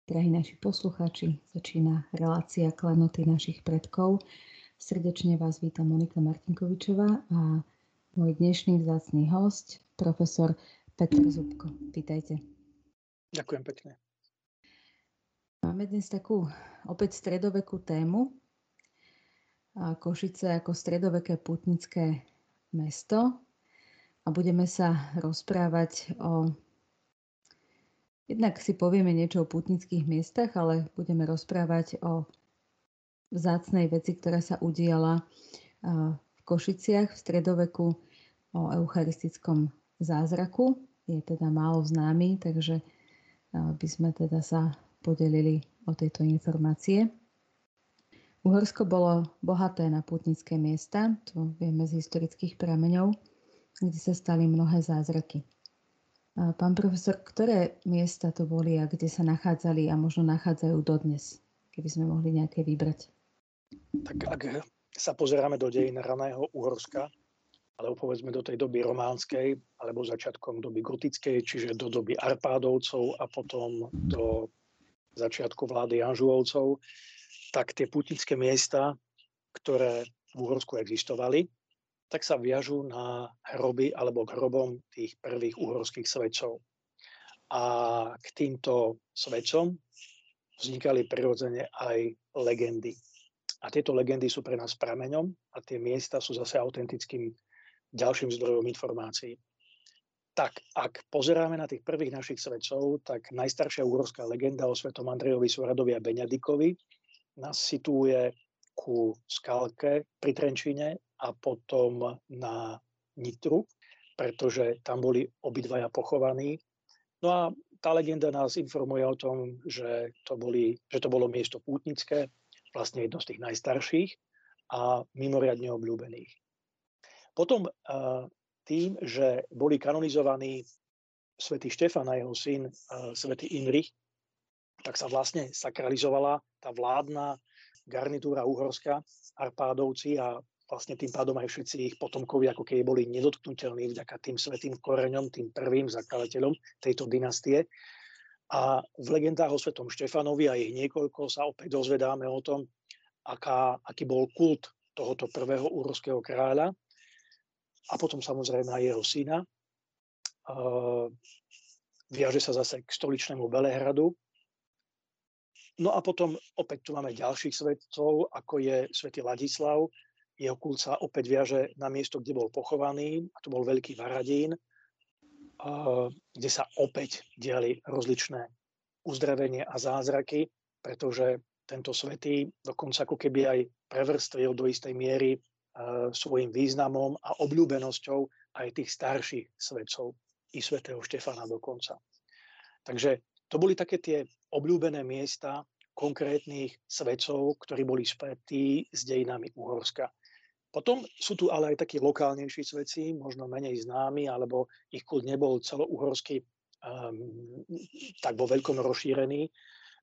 Drahí naši poslucháči, začína relácia Klenoty našich predkov. Srdečne vás víta Monika Martinkovičová a môj dnešný vzácny host, profesor Peter Zubko. Vítajte. Ďakujem pekne. Máme dnes takú opäť stredovekú tému. Košice ako stredoveké pútnické mesto. A budeme sa rozprávať o... Jednak si povieme niečo o pútnických miestach, ale budeme rozprávať o vzácnej veci, ktorá sa udiala v Košiciach v stredoveku, o eucharistickom zázraku. Je teda málo známy, takže by sme teda sa podelili o tejto informácie. Uhorsko bolo bohaté na pútnické miesta, to vieme z historických prameňov, kde sa stali mnohé zázraky. Pán profesor, ktoré miesta to boli a kde sa nachádzali a možno nachádzajú dodnes, keby sme mohli nejaké vybrať? Tak ak sa pozeráme do dejín raného Uhorska, alebo povedzme do tej doby románskej, alebo začiatkom doby gotickej, čiže do doby Arpádovcov a potom do začiatku vlády Anžuovcov, tak tie pútnické miesta, ktoré v Uhorsku existovali, tak sa viažú na hroby alebo k hrobom tých prvých uhorských svetcov. A k týmto svetcom vznikali prirodzene aj legendy. A tieto legendy sú pre nás prameňom a tie miesta sú zase autentickým ďalším zdrojom informácií. Tak, ak pozeráme na tých prvých našich svetcov, tak najstaršia uhorská legenda o svetom Andrejovi Svaradovi a Beňadikovi nás situuje ku skalke pri Trenčíne a potom na Nitru, pretože tam boli obidvaja pochovaní. No a tá legenda nás informuje o tom, že to bolo miesto pútnické, vlastne jedno z tých najstarších a mimoriadne obľúbených. Potom tým, že boli kanonizovaní svätý Štefan a jeho syn svätý Imrich, tak sa vlastne sakralizovala tá vládna garnitúra uhorska, Arpádovci a vlastne tým pádom aj všetci ich potomkovia ako keby boli nedotknuteľní vďaka tým svätým koreňom, tým prvým zakladateľom tejto dynastie. A v legendách o svetom Štefanovi a ich niekoľko sa opäť dozvedáme o tom, aký bol kult tohoto prvého uhorského kráľa a potom samozrejme aj jeho syna. Viaže sa zase k stoličnému Belehradu. No a potom opäť tu máme ďalších svetcov, ako je svätý Ladislav. Jeho kult sa opäť viaže na miesto, kde bol pochovaný, a to bol Veľký Varadín, kde sa opäť diali rozličné uzdravenie a zázraky, pretože tento svätý dokonca ako keby aj prevrstvil do istej miery svojim významom a obľúbenosťou aj tých starších svetcov, i svätého Štefana dokonca. Takže to boli také tie obľúbené miesta konkrétnych svetcov, ktorí boli spätí s dejinami Uhorska. Potom sú tu ale aj takí lokálnejší svetci, možno menej známi, alebo ich kult nebol celouhorský tak vo veľkom rozšírený.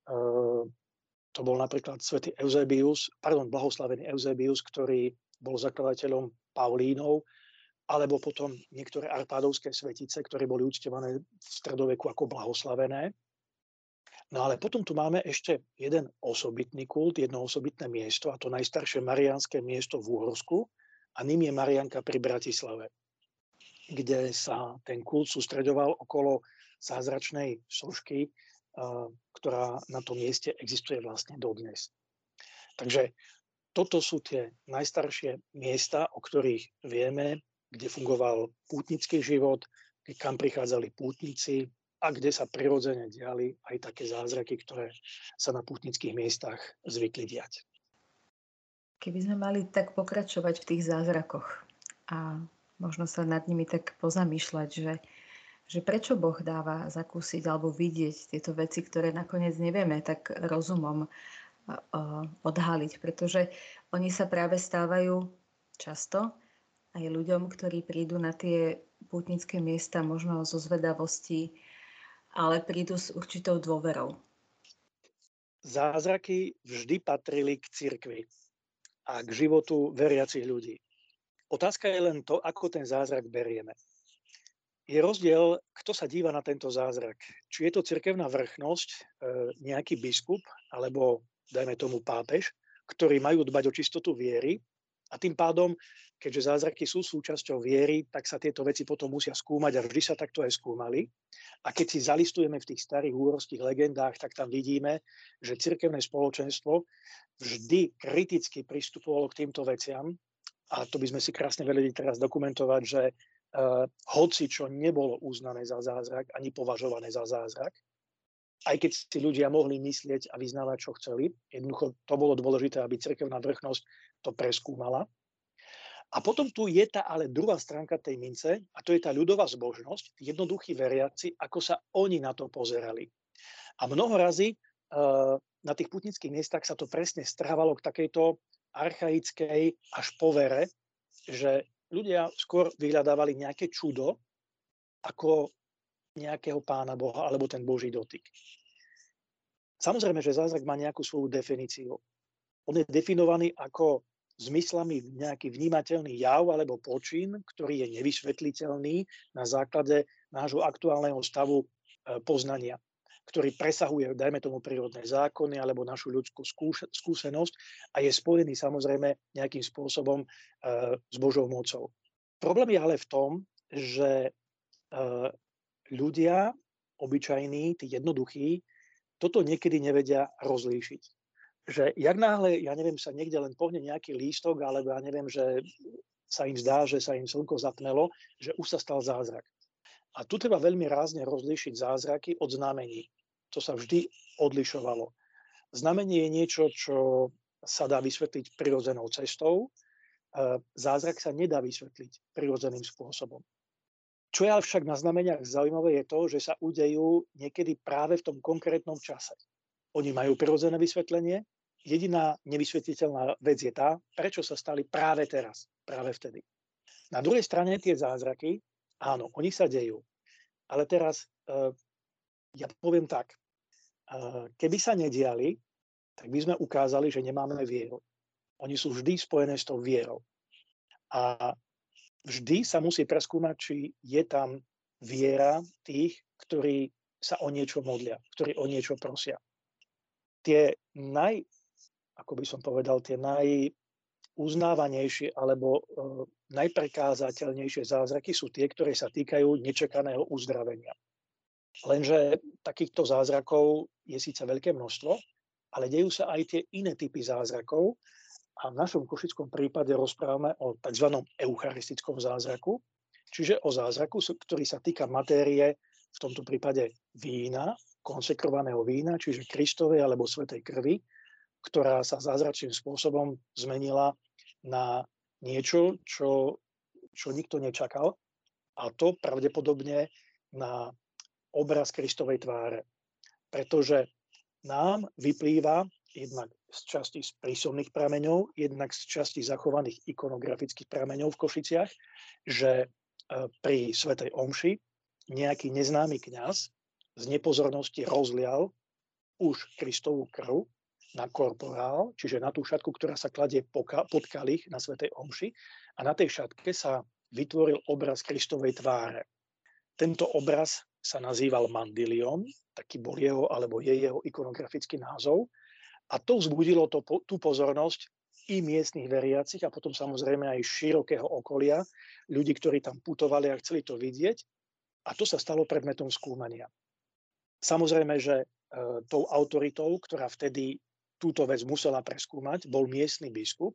To bol napríklad svätý blahoslavený Eusebius, ktorý bol zakladateľom Paulínov, alebo potom niektoré arpádovské svetice, ktoré boli uctievané v stredoveku ako blahoslavené. No ale potom tu máme ešte jeden osobitný kult, jedno osobitné miesto, a to najstaršie mariánske miesto v Uhorsku, a ním je Mariánka pri Bratislave, kde sa ten kult sústreďoval okolo zázračnej sošky, ktorá na tom mieste existuje vlastne dodnes. Takže toto sú tie najstaršie miesta, o ktorých vieme, kde fungoval pútnický život, kam prichádzali pútnici, a kde sa prirodzene diali aj také zázraky, ktoré sa na pútnických miestach zvykli diať. Keby sme mali tak pokračovať v tých zázrakoch a možno sa nad nimi tak pozamýšľať, že prečo Boh dáva zakúsiť alebo vidieť tieto veci, ktoré nakoniec nevieme tak rozumom odhaliť, pretože oni sa práve stávajú často aj ľuďom, ktorí prídu na tie pútnické miesta možno zo zvedavosti, ale prídu s určitou dôverou. Zázraky vždy patrili k cirkvi a k životu veriacich ľudí. Otázka je len to, ako ten zázrak berieme. Je rozdiel, kto sa díva na tento zázrak. Či je to cirkevná vrchnosť, nejaký biskup, alebo dajme tomu pápež, ktorí majú dbať o čistotu viery a tým pádom, keďže zázraky sú súčasťou viery, tak sa tieto veci potom musia skúmať a vždy sa takto aj skúmali. A keď si zalistujeme v tých starých úrovských legendách, tak tam vidíme, že cirkevné spoločenstvo vždy kriticky pristupovalo k týmto veciam a to by sme si krásne vedeli teraz dokumentovať, že hoci čo nebolo uznané za zázrak, ani považované za zázrak, aj keď si ľudia mohli myslieť a vyznávať, čo chceli, jednoducho to bolo dôležité, aby cirkevná vrchnosť to preskúmala. A potom tu je tá ale druhá stránka tej mince, a to je tá ľudová zbožnosť, jednoduchí veriaci, ako sa oni na to pozerali. A mnoho razy na tých putnických miestach sa to presne strávalo k takejto archaickej až povere, že ľudia skôr vyhľadávali nejaké čudo ako nejakého pána Boha alebo ten Boží dotyk. Samozrejme, že zázrak má nejakú svoju definíciu. On je definovaný ako zmyslami nejaký vnímateľný jav alebo počin, ktorý je nevysvetliteľný na základe nášho aktuálneho stavu poznania, ktorý presahuje, dajme tomu, prírodné zákony alebo našu ľudskú skúsenosť a je spojený samozrejme nejakým spôsobom s Božou mocou. Problém je ale v tom, že ľudia, obyčajní, tí jednoduchí, toto niekedy nevedia rozlíšiť. Že jak náhle, ja neviem, sa niekde len pohne nejaký lístok, alebo ja neviem, že sa im zdá, že sa im slnko zatmelo, že už sa stal zázrak. A tu treba veľmi rázne rozlíšiť zázraky od znamení. To sa vždy odlišovalo. Znamenie je niečo, čo sa dá vysvetliť prirodzenou cestou. Zázrak sa nedá vysvetliť prirodzeným spôsobom. Čo je ale však na znameniach zaujímavé je to, že sa udejú niekedy práve v tom konkrétnom čase. Oni majú prirodzené vysvetlenie. Jediná nevysvetliteľná vec je tá, prečo sa stali práve teraz, práve vtedy. Na druhej strane tie zázraky, áno, oni sa dejú. Ale teraz ja poviem tak, keby sa nediali, tak by sme ukázali, že nemáme vieru. Oni sú vždy spojené s tou vierou. A vždy sa musí preskúmať, či je tam viera tých, ktorí sa o niečo modlia, ktorí o niečo prosia. Tie ako by som povedal, tie najuznávanejšie alebo najprekázateľnejšie zázraky sú tie, ktoré sa týkajú nečakaného uzdravenia. Lenže takýchto zázrakov je síce veľké množstvo, ale dejú sa aj tie iné typy zázrakov a v našom košickom prípade rozprávame o tzv. Eucharistickom zázraku, čiže o zázraku, ktorý sa týka matérie, v tomto prípade vína, konsekrovaného vína, čiže Kristovej alebo svätej krvi, ktorá sa zázračným spôsobom zmenila na niečo, čo nikto nečakal, a to pravdepodobne na obraz Kristovej tváre. Pretože nám vyplýva jednak z časti z prísomných prameňov, jednak z časti zachovaných ikonografických prameňov v Košiciach, že pri svätej omši nejaký neznámy kňaz z nepozornosti rozlial už Kristovú krv na korporál, čiže na tú šatku, ktorá sa kladie pod kalich na svätej omši, a na tej šatke sa vytvoril obraz Kristovej tváre. Tento obraz sa nazýval Mandilion, taký bol jeho alebo je jeho ikonografický názov, a to vzbudilo tú pozornosť i miestnych veriacich a potom samozrejme aj širokého okolia, ľudí, ktorí tam putovali a chceli to vidieť, a to sa stalo predmetom skúmania. Samozrejme, že tou autoritou, ktorá vtedy túto vec musela preskúmať, bol miestny biskup,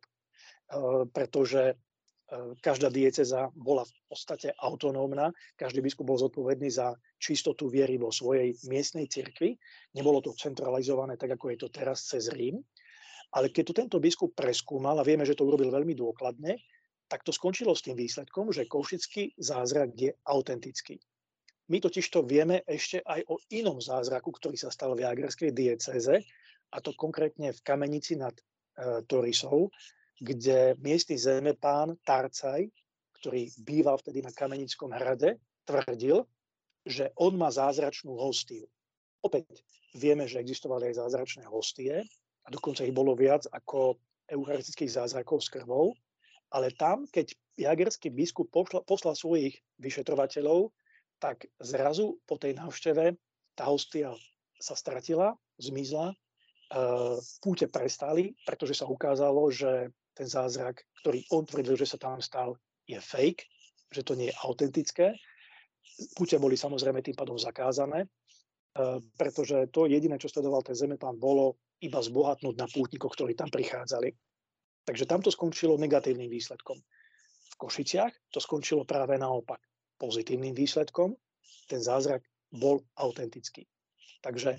pretože každá diecéza bola v podstate autonómna, každý biskup bol zodpovedný za čistotu viery vo svojej miestnej cirkvi. Nebolo to centralizované tak, ako je to teraz cez Rím. Ale keď to tento biskup preskúmal, a vieme, že to urobil veľmi dôkladne, tak to skončilo s tým výsledkom, že košický zázrak je autentický. My totiž to vieme ešte aj o inom zázraku, ktorý sa stal v jágerskej diecéze, a to konkrétne v Kamenici nad Torisou, kde miestny zemepán Tarcaj, ktorý býval vtedy na Kamenickom hrade, tvrdil, že on má zázračnú hostiu. Opäť vieme, že existovali aj zázračné hostie, a dokonca ich bolo viac ako eucharistických zázrakov s krvou, ale tam, keď jagerský biskup poslal svojich vyšetrovateľov tak zrazu po tej návšteve tá hostia sa stratila, zmizla, púte prestali, pretože sa ukázalo, že ten zázrak, ktorý on tvrdil, že sa tam stal, je fake, že to nie je autentické. Púte boli samozrejme tým pádom zakázané, pretože to jediné, čo sledoval ten zemeplán, bolo iba zbohatnúť na pútnikoch, ktorí tam prichádzali. Takže tam to skončilo negatívnym výsledkom. V Košiciach to skončilo práve naopak pozitívnym výsledkom. Ten zázrak bol autentický. Takže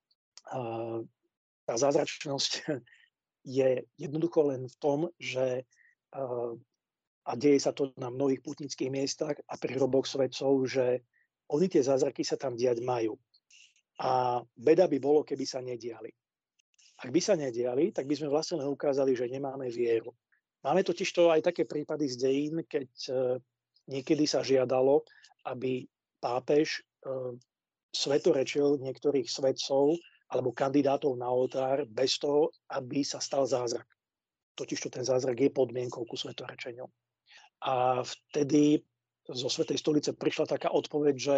tá zázračnosť je jednoducho len v tom, že a deje sa to na mnohých pútnických miestach a pri hroboch svätcov, že oni tie zázraky sa tam diať majú. A beda by bolo, keby sa nediali. Ak by sa nediali, tak by sme vlastne len ukázali, že nemáme vieru. Máme totižto aj také prípady z dejín, keď niekedy sa žiadalo, aby pápež svetorečil niektorých svätcov alebo kandidátov na oltár bez toho, aby sa stal zázrak. Totižto ten zázrak je podmienkou ku svetorečeniu. A vtedy zo Svätej stolice prišla taká odpoveď, že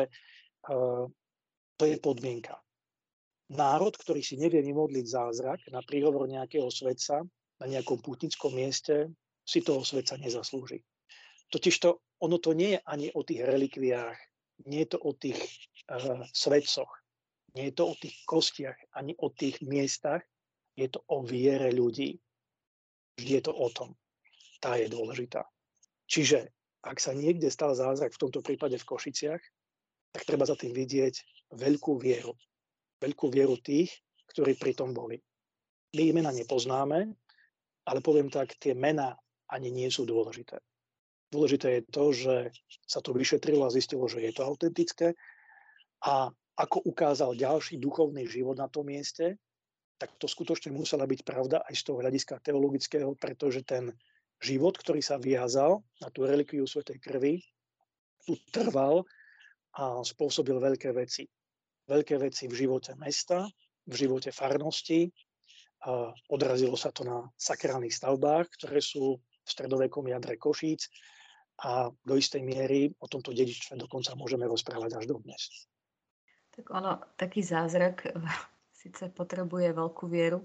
to je podmienka. Národ, ktorý si nevie vymodliť zázrak na príhovor nejakého svätca na nejakom pútnickom mieste, si toho svätca nezaslúži. Totižto ono to nie je ani o tých relikviách, nie je to o tých svätcoch, nie je to o tých kostiach, ani o tých miestach, je to o viere ľudí. Vždy je to o tom. Tá je dôležitá. Čiže ak sa niekde stal zázrak, v tomto prípade v Košiciach, tak treba za tým vidieť veľkú vieru. Veľkú vieru tých, ktorí pri tom boli. My ich mená nepoznáme, ale poviem tak, tie mená ani nie sú dôležité. Dôležité je to, že sa to vyšetrilo a zistilo, že je to autentické a ako ukázal ďalší duchovný život na tom mieste, tak to skutočne musela byť pravda aj z toho hľadiska teologického, pretože ten život, ktorý sa viazal na tú relikviu svätej krvi, tu trval a spôsobil veľké veci. Veľké veci v živote mesta, v živote farnosti. Odrazilo sa to na sakrálnych stavbách, ktoré sú v stredovekom jadre Košíc a do istej miery o tomto dedičstve dokonca môžeme rozprávať až dodnes. Tak ono, taký zázrak síce potrebuje veľkú vieru,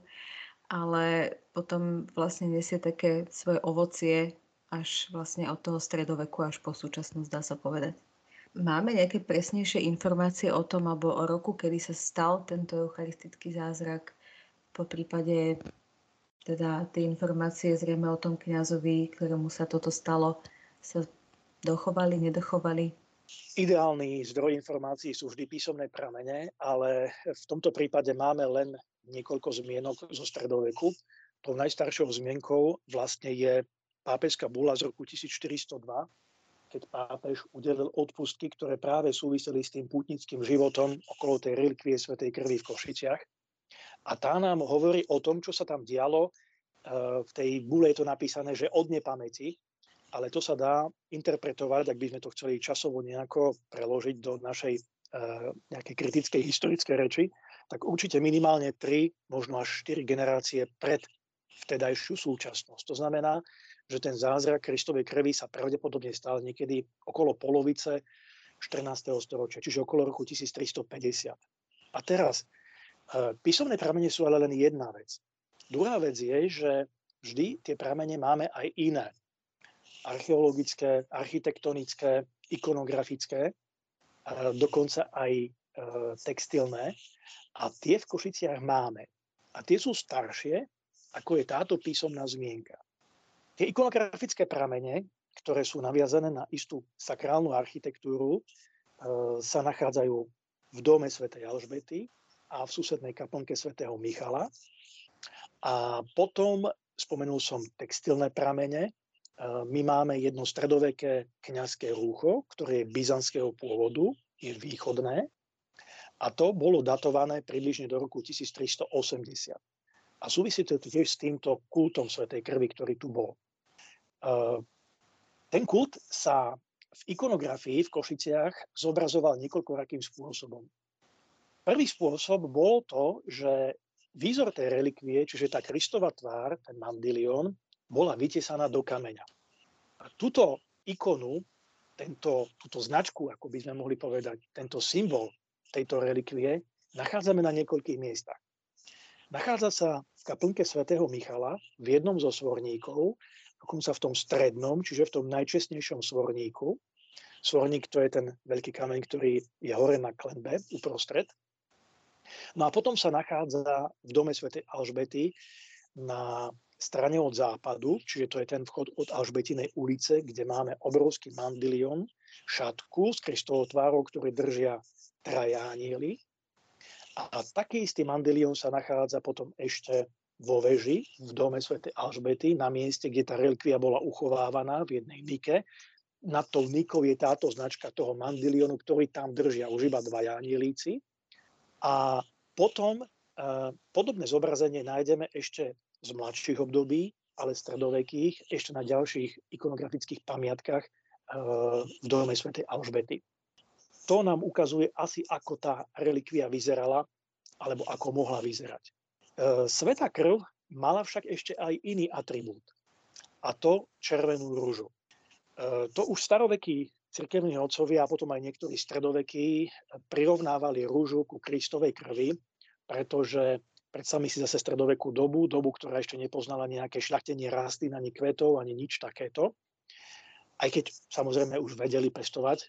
ale potom vlastne nesie také svoje ovocie až vlastne od toho stredoveku až po súčasnosť, dá sa povedať. Máme nejaké presnejšie informácie o tom, alebo o roku, kedy sa stal tento eucharistický zázrak? Po prípade teda tie informácie zrejme o tom kňazovi, ktorému sa toto stalo, sa dochovali, nedochovali? Ideálny zdroj informácií sú vždy písomné pramene, ale v tomto prípade máme len niekoľko zmienok zo stredoveku. Tou najstaršou zmienkou vlastne je pápežská bula z roku 1402, keď pápež udelil odpustky, ktoré práve súviseli s tým pútnickým životom okolo tej relikvie svätej krvi v Košiciach. A tá nám hovorí o tom, čo sa tam dialo. V tej bule je to napísané, že od nepamäti, ale to sa dá interpretovať, ak by sme to chceli časovo nejako preložiť do našej nejakej kritickej historickej reči, tak určite minimálne 3, možno až 4 generácie pred vtedajšiu súčasnosť. To znamená, že ten zázrak Kristovej krvi sa pravdepodobne stal niekedy okolo polovice 14. storočia, čiže okolo roku 1350. A teraz, písomné pramene sú ale len jedna vec. Druhá vec je, že vždy tie pramene máme aj iné. Archeologické, architektonické, ikonografické, dokonca aj textilné. A tie v Košiciach máme. A tie sú staršie, ako je táto písomná zmienka. Tie ikonografické pramene, ktoré sú naviazané na istú sakrálnu architektúru, sa nachádzajú v dome svätej Alžbety a v susednej kaplnke svätého Michala. A potom, spomenul som textilné pramene, my máme jedno stredoveké kňazské rúcho, ktoré je byzantského pôvodu, je východné, a to bolo datované približne do roku 1380. A súvisí to tiež s týmto kultom svätej krvi, ktorý tu bol. Ten kult sa v ikonografii v Košiciach zobrazoval niekoľkorakým spôsobom. Prvý spôsob bol to, že výzor tej relikvie, čiže tá Kristova tvár, ten mandilión, bola vytesaná do kameňa. A túto ikonu túto značku, ako by sme mohli povedať, tento symbol tejto relikvie, nachádzame na niekoľkých miestach. Nachádza sa v kaplnke svätého Michala v jednom zo svorníkov, dokonca v tom strednom, čiže v tom najčestnejšom svorníku. Svorník to je ten veľký kameň, ktorý je hore na klenbe uprostred. No a potom sa nachádza v dome svätej Alžbety na strane od západu, čiže to je ten vchod od Alžbetinej ulice, kde máme obrovský mandilión, šatku s Kristovou tvárou, ktoré držia traja anjeli. A taký istý mandilión sa nachádza potom ešte vo veži v dome svätej Alžbety, na mieste, kde tá relikvia bola uchovávaná v jednej nike. Nad tou nikou je táto značka toho mandiliónu, ktorý tam držia už iba dvaja anjelíci. A potom podobné zobrazenie nájdeme ešte z mladších období, ale stredovekých, ešte na ďalších ikonografických pamiatkách v dome svätej Alžbety. To nám ukazuje asi, ako tá relikvia vyzerala, alebo ako mohla vyzerať. Svätá krv mala však ešte aj iný atribút, a to červenú ružu. To už starovekí cirkevní otcovia a potom aj niektorí stredovekí prirovnávali ružu ku Kristovej krvi, pretože predstavme si zase stredovekú dobu, ktorá ešte nepoznala nejaké šľachtenie rastlín, ani kvetov, ani nič takéto. Aj keď samozrejme už vedeli pestovať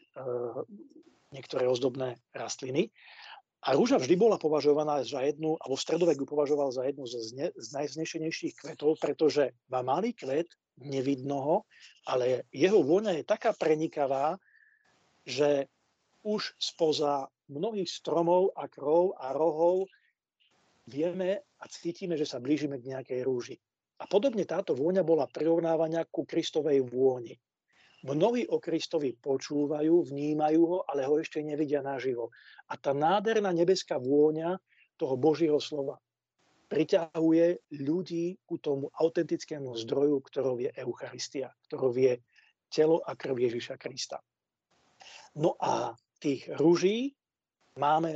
niektoré ozdobné rastliny. A rúža vždy bola považovaná za jednu, alebo v stredoveku považoval za jednu z najvznešenejších kvetov, pretože má malý kvet, nevidno ho, ale jeho vôňa je taká prenikavá, že už spoza mnohých stromov a krov a rohov vieme a cítime, že sa blížime k nejakej rúži. A podobne táto vôňa bola prirovnávania ku Kristovej vôni. Mnohí o Kristovi počúvajú, vnímajú ho, ale ho ešte nevidia naživo. A tá nádherná nebeská vôňa toho Božieho slova priťahuje ľudí ku tomu autentickému zdroju, ktorou je Eucharistia, ktorou je telo a krv Ježiša Krista. No a tých ruží máme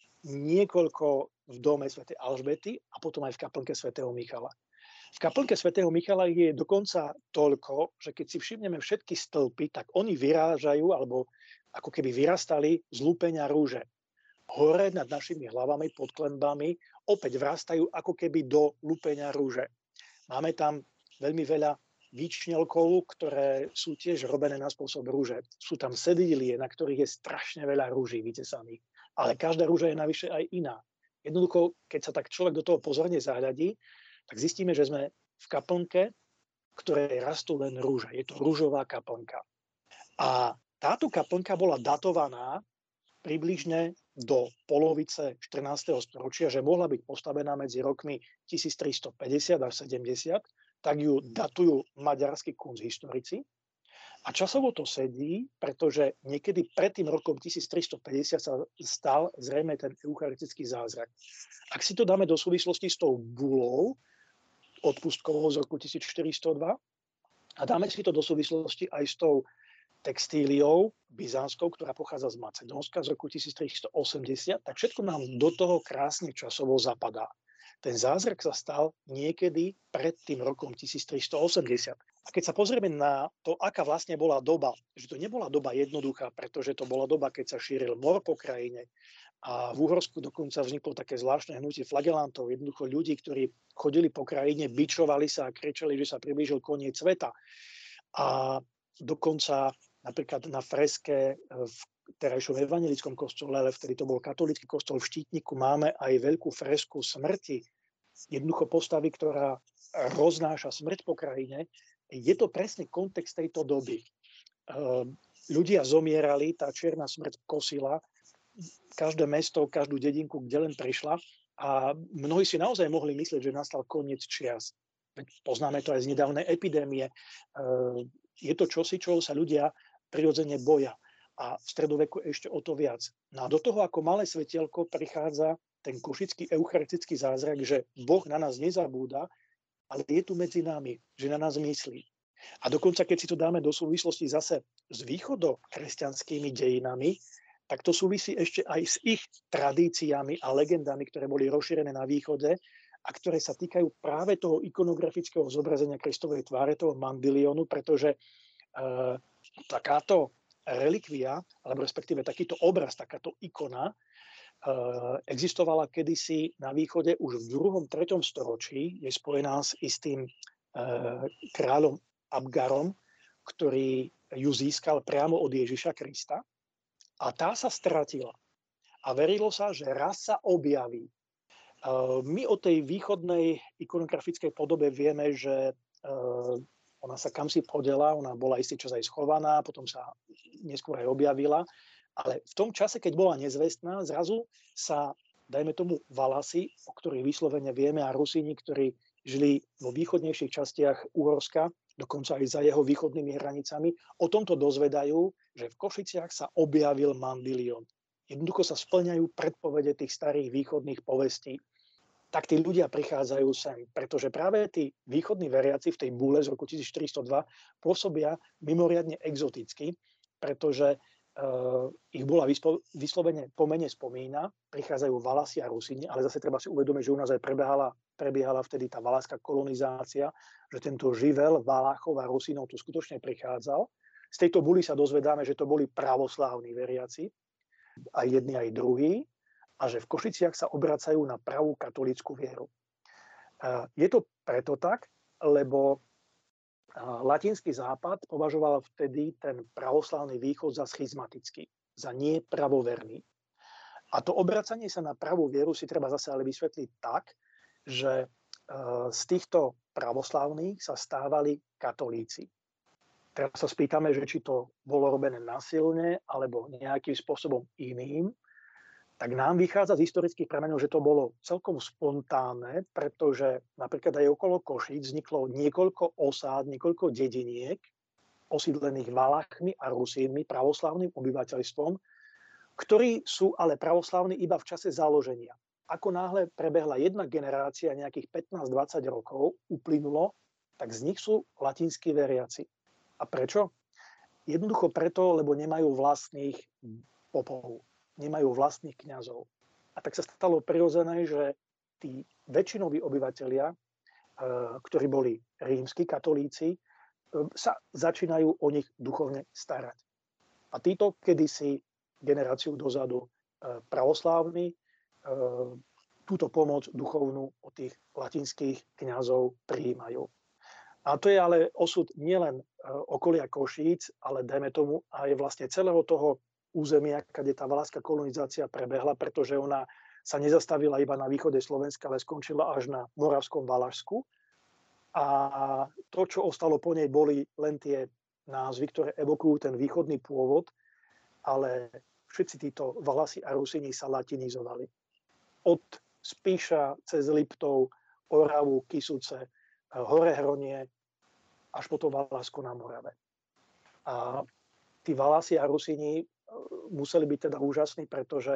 niekoľko v dome svätej Alžbety a potom aj v kaplnke svätého Michala. V kaplnke svätého Michala je dokonca toľko, že keď si všimneme všetky stĺpy, tak oni vyrážajú, alebo ako keby vyrastali z lúpenia rúže. Hore nad našimi hlavami, pod klenbami, opäť vrastajú ako keby do lúpenia rúže. Máme tam veľmi veľa výčnelkov, ktoré sú tiež robené na spôsob rúže. Sú tam sedílie, na ktorých je strašne veľa rúží vytesaných. Ale každá rúža je navyše aj iná. Jednoducho, keď sa tak človek do toho pozorne zahľadí, tak zistíme, že sme v kaplnke, ktorej rastú len rúže. Je to rúžová kaplnka. A táto kaplnka bola datovaná približne do polovice 14. storočia, že mohla byť postavená medzi rokmi 1350 až 70, tak ju datujú maďarskí kunsthistorici. A časovo to sedí, pretože niekedy pred tým rokom 1350 sa stal zrejme ten eucharistický zázrak. Ak si to dáme do súvislosti s tou bulou odpustkovou z roku 1402 a dáme si to do súvislosti aj s tou textíliou byzantskou, ktorá pochádza z Macedónska z roku 1380, tak všetko nám do toho krásne časovo zapadá. Ten zázrak sa stal niekedy pred tým rokom 1380. A keď sa pozrieme na to, aká vlastne bola doba, že to nebola doba jednoduchá, pretože to bola doba, keď sa šíril mor po krajine a v Uhorsku dokonca vzniklo také zvláštne hnutie flagelantov, jednoducho ľudí, ktorí chodili po krajine, bičovali sa a kričali, že sa priblížil koniec sveta. A dokonca napríklad na freske v terajšom evanjelickom kostole, ale vtedy to bol katolícky kostol v Štítniku, máme aj veľkú fresku smrti, jednoducho postavy, ktorá roznáša smrť po krajine. Je to presne kontext tejto doby. Ľudia zomierali, tá čierna smrť kosila každé mesto, každú dedinku, kde len prišla a mnohí si naozaj mohli myslieť, že nastal koniec čias. Poznáme to aj z nedávnej epidémie. Je to čosi, čo sa ľudia prirodzene boja. A v stredoveku ešte o to viac. No a do toho ako malé svetielko prichádza ten košický eucharistický zázrak, že Boh na nás nezabúda, ale je tu medzi nami, že na nás myslí. A dokonca, keď si to dáme do súvislosti zase s východokresťanskými dejinami, tak to súvisí ešte aj s ich tradíciami a legendami, ktoré boli rozšírené na východe a ktoré sa týkajú práve toho ikonografického zobrazenia Kristovej tváre, toho mandiliónu, pretože takáto relikvia, alebo respektíve takýto obraz, takáto ikona, existovala kedysi na východe už v 2. 3. storočí, je spojená s istým kráľom Abgarom, ktorý ju získal priamo od Ježiša Krista a tá sa stratila. A verilo sa, že raz sa objaví. My o tej východnej ikonografickej podobe vieme, že ona sa kamsi podela, ona bola istý čas aj schovaná, potom sa neskôr aj objavila, ale v tom čase, keď bola nezvestná, zrazu sa, dajme tomu, Valasi, o ktorých vyslovene vieme, a Rusíni, ktorí žili vo východnejších častiach Uhorska, dokonca aj za jeho východnými hranicami, o tomto dozvedajú, že v Košiciach sa objavil Mandilion. Jednoducho sa splňajú predpovede tých starých východných povestí. Tak tí ľudia prichádzajú sem, pretože práve tí východní veriaci v tej búle z roku 1402 pôsobia mimoriadne exoticky, pretože ich bola vyslovene pomene spomína, prichádzajú Valasi a Rusíni, ale zase treba si uvedomiť, že u nás aj prebiehala vtedy tá valáská kolonizácia, že tento živel Valáchov a Rusínov tu skutočne prichádzal. Z tejto buly sa dozvedáme, že to boli pravoslávni veriaci, aj jedni, aj druhí, a že v Košiciach sa obracajú na pravú katolícku vieru. Je to preto tak, lebo Latinský západ považoval vtedy ten pravoslávny východ za schizmatický, za nepravoverný. A to obracanie sa na pravú vieru si treba zase ale vysvetliť tak, že z týchto pravoslávnych sa stávali katolíci. Teraz sa spýtame, že či to bolo robené násilne alebo nejakým spôsobom iným, tak nám vychádza z historických prameňov, že to bolo celkom spontánne, pretože napríklad aj okolo Košíc vzniklo niekoľko osád, niekoľko dediniek osídlených Valachmi a Rusínmi, pravoslavným obyvateľstvom, ktorí sú ale pravoslavní iba v čase založenia. Ako náhle prebehla jedna generácia, nejakých 15-20 rokov uplynulo, tak z nich sú latinskí veriaci. A prečo? Jednoducho preto, lebo nemajú vlastných popov, nemajú vlastných kňazov. A tak sa stalo prirodzené, že tí väčšinoví obyvatelia, ktorí boli rímski katolíci, sa začínajú o nich duchovne starať. A títo kedysi generáciu dozadu pravoslávni túto pomoc duchovnú od tých latinských kňazov prijímajú. A to je ale osud nielen okolia Košíc, ale dajme tomu aj vlastne celého toho územia, kde tá valáská kolonizácia prebehla, pretože ona sa nezastavila iba na východe Slovenska, ale skončila až na Moravskom Valašsku. A to, čo ostalo po nej, boli len tie názvy, ktoré evokujú ten východný pôvod, ale všetci títo Valasi a Rusíni sa latinizovali. Od Spíša cez Liptov, Oravu, Kysuce, Horehronie, až po to Valašsko na Morave. A tí Valasi a Rusíni museli byť teda úžasní, pretože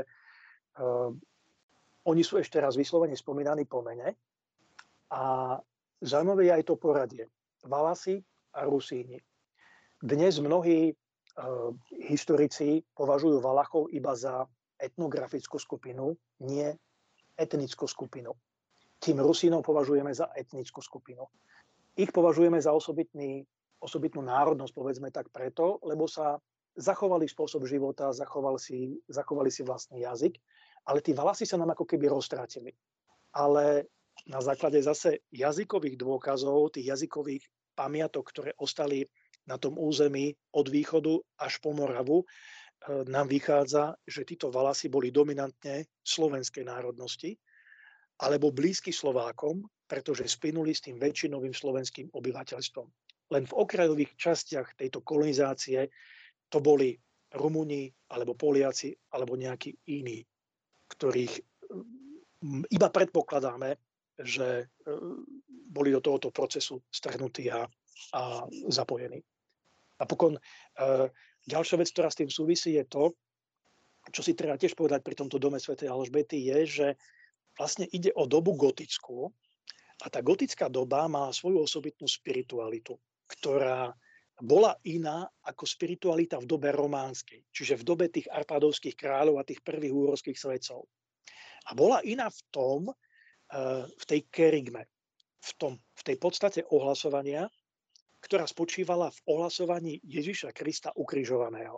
oni sú ešte raz vyslovene spomínaní po mene. A zaujímavé je aj to poradie. Valasi a Rusíni. Dnes mnohí historici považujú Valachov iba za etnografickú skupinu, nie etnickú skupinu. Tým Rusínov považujeme za etnickú skupinu. Ich považujeme za osobitnú národnosť, povedzme tak preto, lebo sa zachovali spôsob života, zachovali si vlastný jazyk, ale tí Valasi sa nám ako keby roztrátili. Ale na základe zase jazykových dôkazov, tých jazykových pamiatok, ktoré ostali na tom území od východu až po Moravu, nám vychádza, že títo Valasi boli dominantne slovenskej národnosti alebo blízky Slovákom, pretože spinuli s tým väčšinovým slovenským obyvateľstvom. Len v okrajových častiach tejto kolonizácie to boli Rumúni alebo Poliaci alebo nejakí iní, ktorých iba predpokladáme, že boli do tohoto procesu strhnutí a zapojení. Napokon ďalšia vec, ktorá s tým súvisí, je to, čo si treba tiež povedať pri tomto dome svätej Alžbety, je, že vlastne ide o dobu gotickú a tá gotická doba má svoju osobitnú spiritualitu, ktorá bola iná ako spiritualita v dobe románskej, čiže v dobe tých arpádovských kráľov a tých prvých úhorských svetcov. A bola iná v tom, v tej kerygme, v tej podstate ohlasovania, ktorá spočívala v ohlasovaní Ježiša Krista ukrižovaného.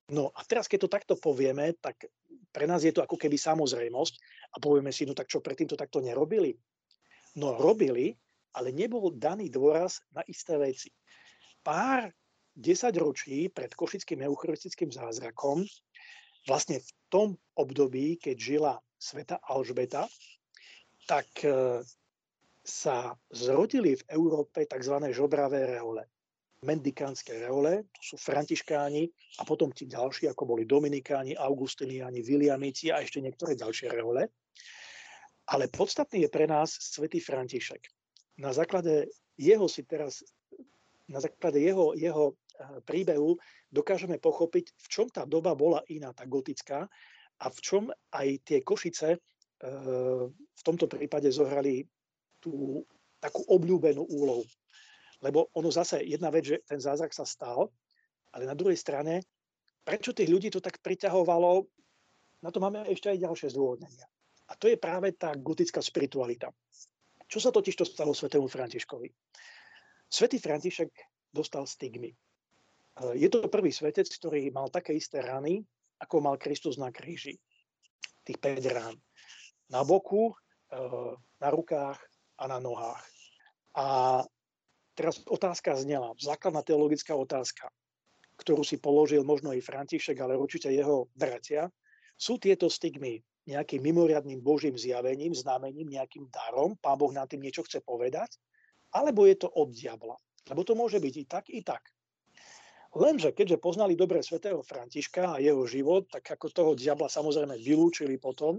No a teraz, keď to takto povieme, tak pre nás je to ako keby samozrejmosť a povieme si, no tak čo, predtým to takto nerobili? No robili, ale nebol daný dôraz na isté veci. Pár desaťročí pred košickým eucharistickým zázrakom, vlastne v tom období, keď žila svätá Alžbeta, tak sa zrodili v Európe tzv. Žobravé rehole. Mendikánske rehole, to sú františkáni a potom tí ďalší, ako boli dominikáni, augustiniáni, Viliamíci a ešte niektoré ďalšie rehole. Ale podstatný je pre nás svätý František. Na základe jeho príbehu dokážeme pochopiť, v čom tá doba bola iná, tá gotická, a v čom aj tie Košice v tomto prípade zohrali tú takú obľúbenú úlohu. Lebo ono zase, jedna vec, že ten zázrak sa stal, ale na druhej strane, prečo tých ľudí to tak priťahovalo, na to máme ešte aj ďalšie zdôvodnenia. A to je práve tá gotická spiritualita. Čo sa totiž to stalo svätému Františkovi? Svätý František dostal stigmy. Je to prvý svätec, ktorý mal také isté rany, ako mal Kristus na kríži. Tých 5 rán. Na boku, na rukách a na nohách. A teraz otázka znela, základná teologická otázka, ktorú si položil možno i František, ale určite jeho bratia. Sú tieto stigmy nejakým mimoriadnym Božím zjavením, znamením, nejakým darom? Pán Boh nám tým niečo chce povedať? Alebo je to od diabla? Lebo to môže byť i tak, i tak. Lenže keďže poznali dobre svätého Františka a jeho život, tak ako toho diabla samozrejme vylúčili potom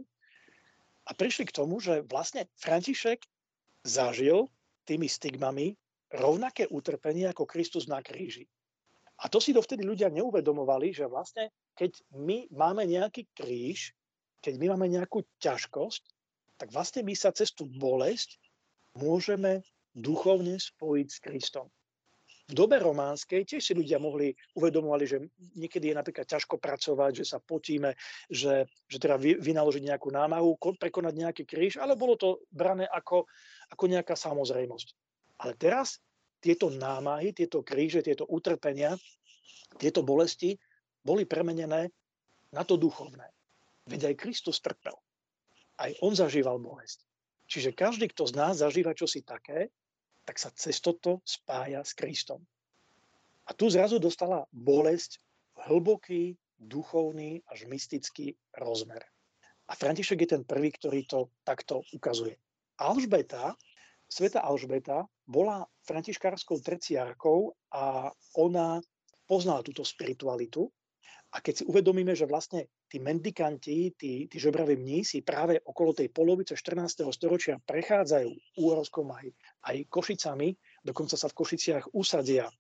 a prišli k tomu, že vlastne František zažil tými stigmami rovnaké utrpenie ako Kristus na kríži. A to si dovtedy ľudia neuvedomovali, že vlastne keď my máme nejaký kríž, keď my máme nejakú ťažkosť, tak vlastne my sa cez tú bolesť môžeme duchovne spojiť s Kristom. V dobe románskej tiež si ľudia uvedomovali, že niekedy je napríklad ťažko pracovať, že sa potíme, že treba vynaložiť nejakú námahu, prekonať nejaký kríž, ale bolo to brané ako nejaká samozrejmosť. Ale teraz tieto námahy, tieto kríže, tieto utrpenia, tieto bolesti boli premenené na to duchovné. Veď aj Kristus trpel. Aj on zažíval bolesť. Čiže každý, kto z nás zažíva čosi také, tak sa cez toto spája s Kristom. A tu zrazu dostala bolesť hlboký, duchovný až mystický rozmer. A František je ten prvý, ktorý to takto ukazuje. Alžbeta, svätá Alžbeta, bola františkárskou terciárkou a ona poznala túto spiritualitu. A keď si uvedomíme, že vlastne tí mendikanti, tí žobraví mnísi práve okolo tej polovice 14. storočia prechádzajú Úhorskom aj Košicami, dokonca sa v Košiciach usadia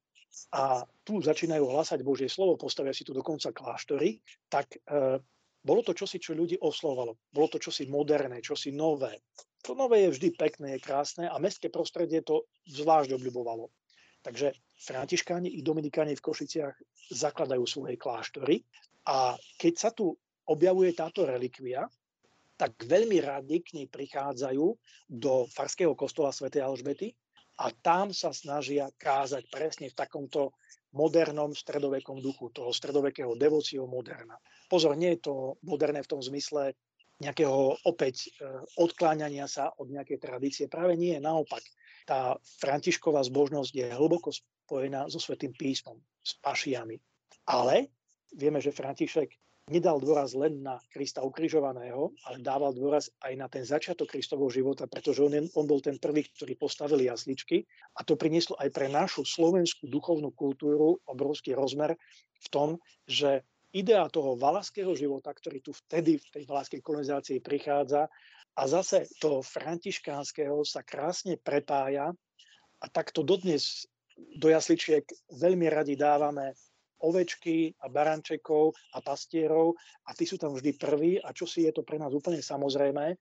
a tu začínajú hlásať Božie slovo, postavia si tu dokonca kláštory, tak bolo to čosi, čo ľudí oslovalo. Bolo to čosi moderné, čosi nové. To nové je vždy pekné, je krásne a mestské prostredie to zvlášť obľubovalo. Takže františkáni i dominikáni v Košiciach zakladajú svoje kláštory a keď sa tu objavuje táto relikvia, tak veľmi radi k nej prichádzajú do farského kostola svätej Alžbety a tam sa snažia kázať presne v takomto modernom stredovekom duchu, toho stredovekého devocio moderna. Pozor, nie je to moderné v tom zmysle nejakého opäť odkláňania sa od nejakej tradície. Práve nie, naopak. Tá františková zbožnosť je hlboko spojená so Svätým písmom, s pašiami. Ale vieme, že František nedal dôraz len na Krista ukrižovaného, ale dával dôraz aj na ten začiatok Kristovho života, pretože on bol ten prvý, ktorý postavil jasličky a to prinieslo aj pre našu slovenskú duchovnú kultúru obrovský rozmer v tom, že idea toho valašského života, ktorý tu vtedy v tej valašskej kolonizácii prichádza, a zase to františkánskeho sa krásne prepája a takto dodnes do jasličiek veľmi radi dávame ovečky a barančekov a pastierov a tí sú tam vždy prví a čosi je to pre nás úplne samozrejmé.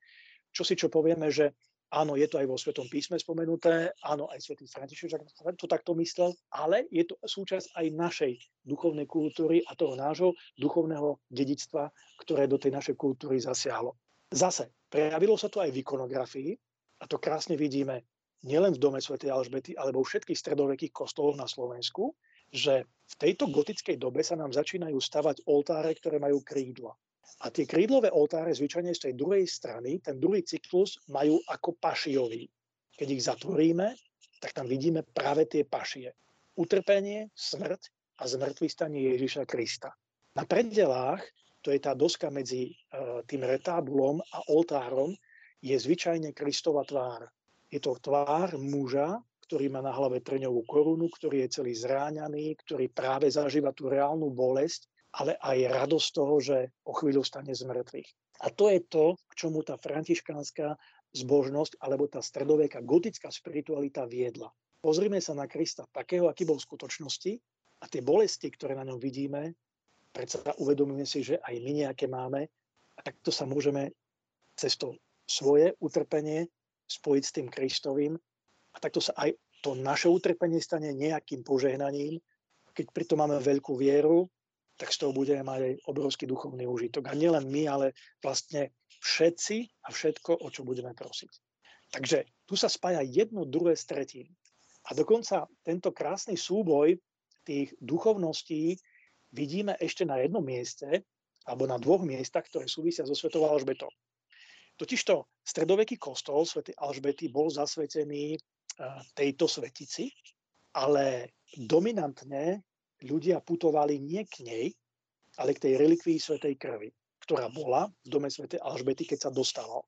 Čo povieme, že áno, je to aj vo Svätom písme spomenuté, áno, aj svätý František to takto myslel, ale je to súčasť aj našej duchovnej kultúry a toho nášho duchovného dedičstva, ktoré do tej našej kultúry zasiahlo. Zase, prejavilo sa to aj v ikonografii a to krásne vidíme nielen v dome svätej Alžbety, ale vo všetkých stredovekých kostoloch na Slovensku, že v tejto gotickej dobe sa nám začínajú stavať oltáre, ktoré majú krídla. A tie krídlové oltáre zvyčajne z tej druhej strany, ten druhý cyklus majú ako pašiový. Keď ich zatvoríme, tak tam vidíme práve tie pašie. Utrpenie, smrť a zmŕtvychvstanie Ježiša Krista. Na predelách, to je tá doska medzi tým retábulom a oltárom, je zvyčajne Kristova tvár. Je to tvár muža, ktorý má na hlave trňovú korunu, ktorý je celý zráňaný, ktorý práve zažíva tú reálnu bolesť, ale aj radosť toho, že o chvíľu stane z mŕtvych. A to je to, k čomu tá františkánska zbožnosť alebo tá stredoveká gotická spiritualita viedla. Pozrime sa na Krista takého, aký bol v skutočnosti, a tie bolesti, ktoré na ňom vidíme, predsa uvedomíme si, že aj my nejaké máme, a takto sa môžeme cez to svoje utrpenie spojiť s tým Kristovým, a takto sa aj to naše utrpenie stane nejakým požehnaním. Keď pritom máme veľkú vieru, tak z toho budeme mať aj obrovský duchovný úžitok. A nielen my, ale vlastne všetci a všetko, o čo budeme prosiť. Takže tu sa spája jedno, druhé s tretím. A dokonca tento krásny súboj tých duchovností vidíme ešte na jednom mieste, alebo na dvoch miestach, ktoré súvisia so svetou Alžbetou. Totižto stredoveký kostol svätej Alžbety bol zasvetený tejto svetici, ale dominantne ľudia putovali nie k nej, ale k tej relikvii svätej krvi, ktorá bola v dome svätej Alžbety, keď sa dostala.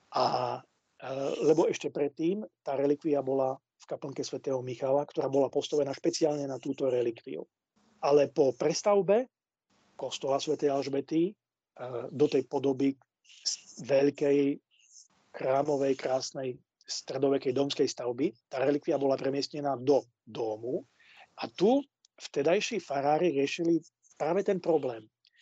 Lebo ešte predtým tá relikvia bola v kaplnke svätého Michala, ktorá bola postavená špeciálne na túto relikviu. Ale po prestavbe kostola svätej Alžbety do tej podoby veľkej, chrámovej, krásnej, stredovekej domskej stavby, tá relikvia bola premiestnená do domu a tu vtedajší farári riešili práve ten problém,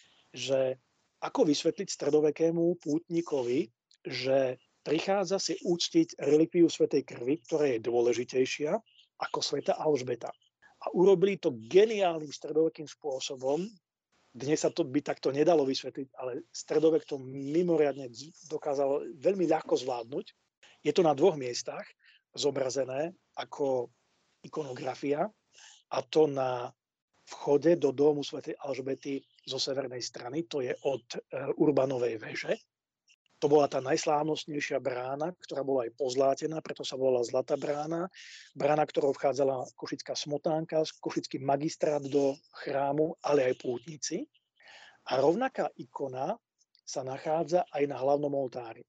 že ako vysvetliť stredovekému pútnikovi, že prichádza si úctiť relikviu svätej krvi, ktorá je dôležitejšia ako svätá Alžbeta. A urobili to geniálnym stredovekým spôsobom. Dnes sa to by takto nedalo vysvetliť, ale stredovek to mimoriadne dokázal veľmi ľahko zvládnuť. Je to na dvoch miestach zobrazené ako ikonografia, a to na vchode do domu svätej Alžbety zo severnej strany, to je od Urbanovej veže. To bola tá najslávnostnejšia brána, ktorá bola aj pozlátená, preto sa volala Zlatá brána. Brána, ktorou vchádzala košická smotánka, košický magistrát do chrámu, ale aj pútnici. A rovnaká ikona sa nachádza aj na hlavnom oltári.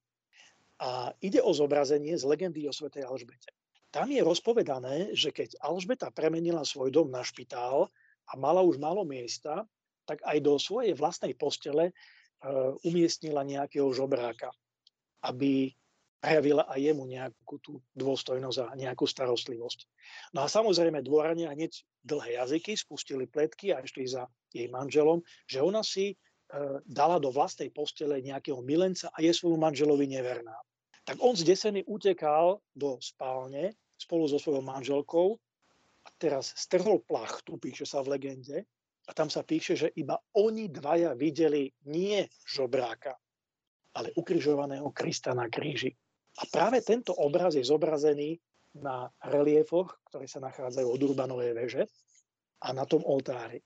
A ide o zobrazenie z legendy o svätej Alžbete. Tam je rozpovedané, že keď Alžbeta premenila svoj dom na špitál a mala už málo miesta, tak aj do svojej vlastnej postele umiestnila nejakého žobráka, aby prejavila aj jemu nejakú tú dôstojnosť a nejakú starostlivosť. No a samozrejme dvorania hneď dlhé jazyky spustili pletky a išli za jej manželom, že ona si dala do vlastnej postele nejakého milenca a je svojmu manželovi neverná. Tak on zdesený utekal do spálne spolu so svojou manželkou a teraz strhol plachtu, píše sa v legende, a tam sa píše, že iba oni dvaja videli nie žobráka, ale ukrižovaného Krista na kríži. A práve tento obraz je zobrazený na reliefoch, ktoré sa nachádzajú od Urbanovej veže a na tom oltári.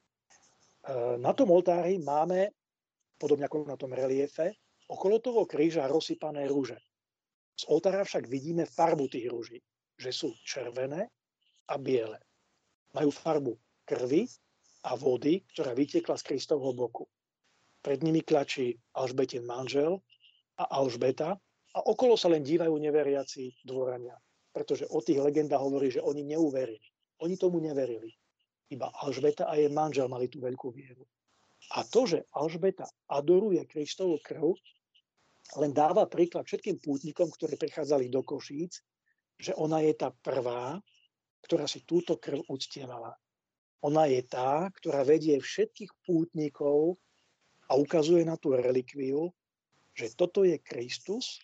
Na tom oltári máme, podobne ako na tom reliefe, okolo toho kríža rozsypané rúže. Z oltára však vidíme farbu tých rúží, že sú červené a biele. Majú farbu krvi a vody, ktorá vytiekla z Kristovho boku. Pred nimi klačí Alžbetin manžel a Alžbeta a okolo sa len dívajú neveriaci dvorania, pretože o tých legendách hovorí, že oni neuverili. Oni tomu neverili. Iba Alžbeta a jej manžel mali tú veľkú vieru. A to, že Alžbeta adoruje Kristovu krv, len dáva príklad všetkým pútnikom, ktorí prichádzali do Košíc, že ona je tá prvá, ktorá si túto krv uctievala. Ona je tá, ktorá vedie všetkých pútnikov a ukazuje na tú relikviu, že toto je Kristus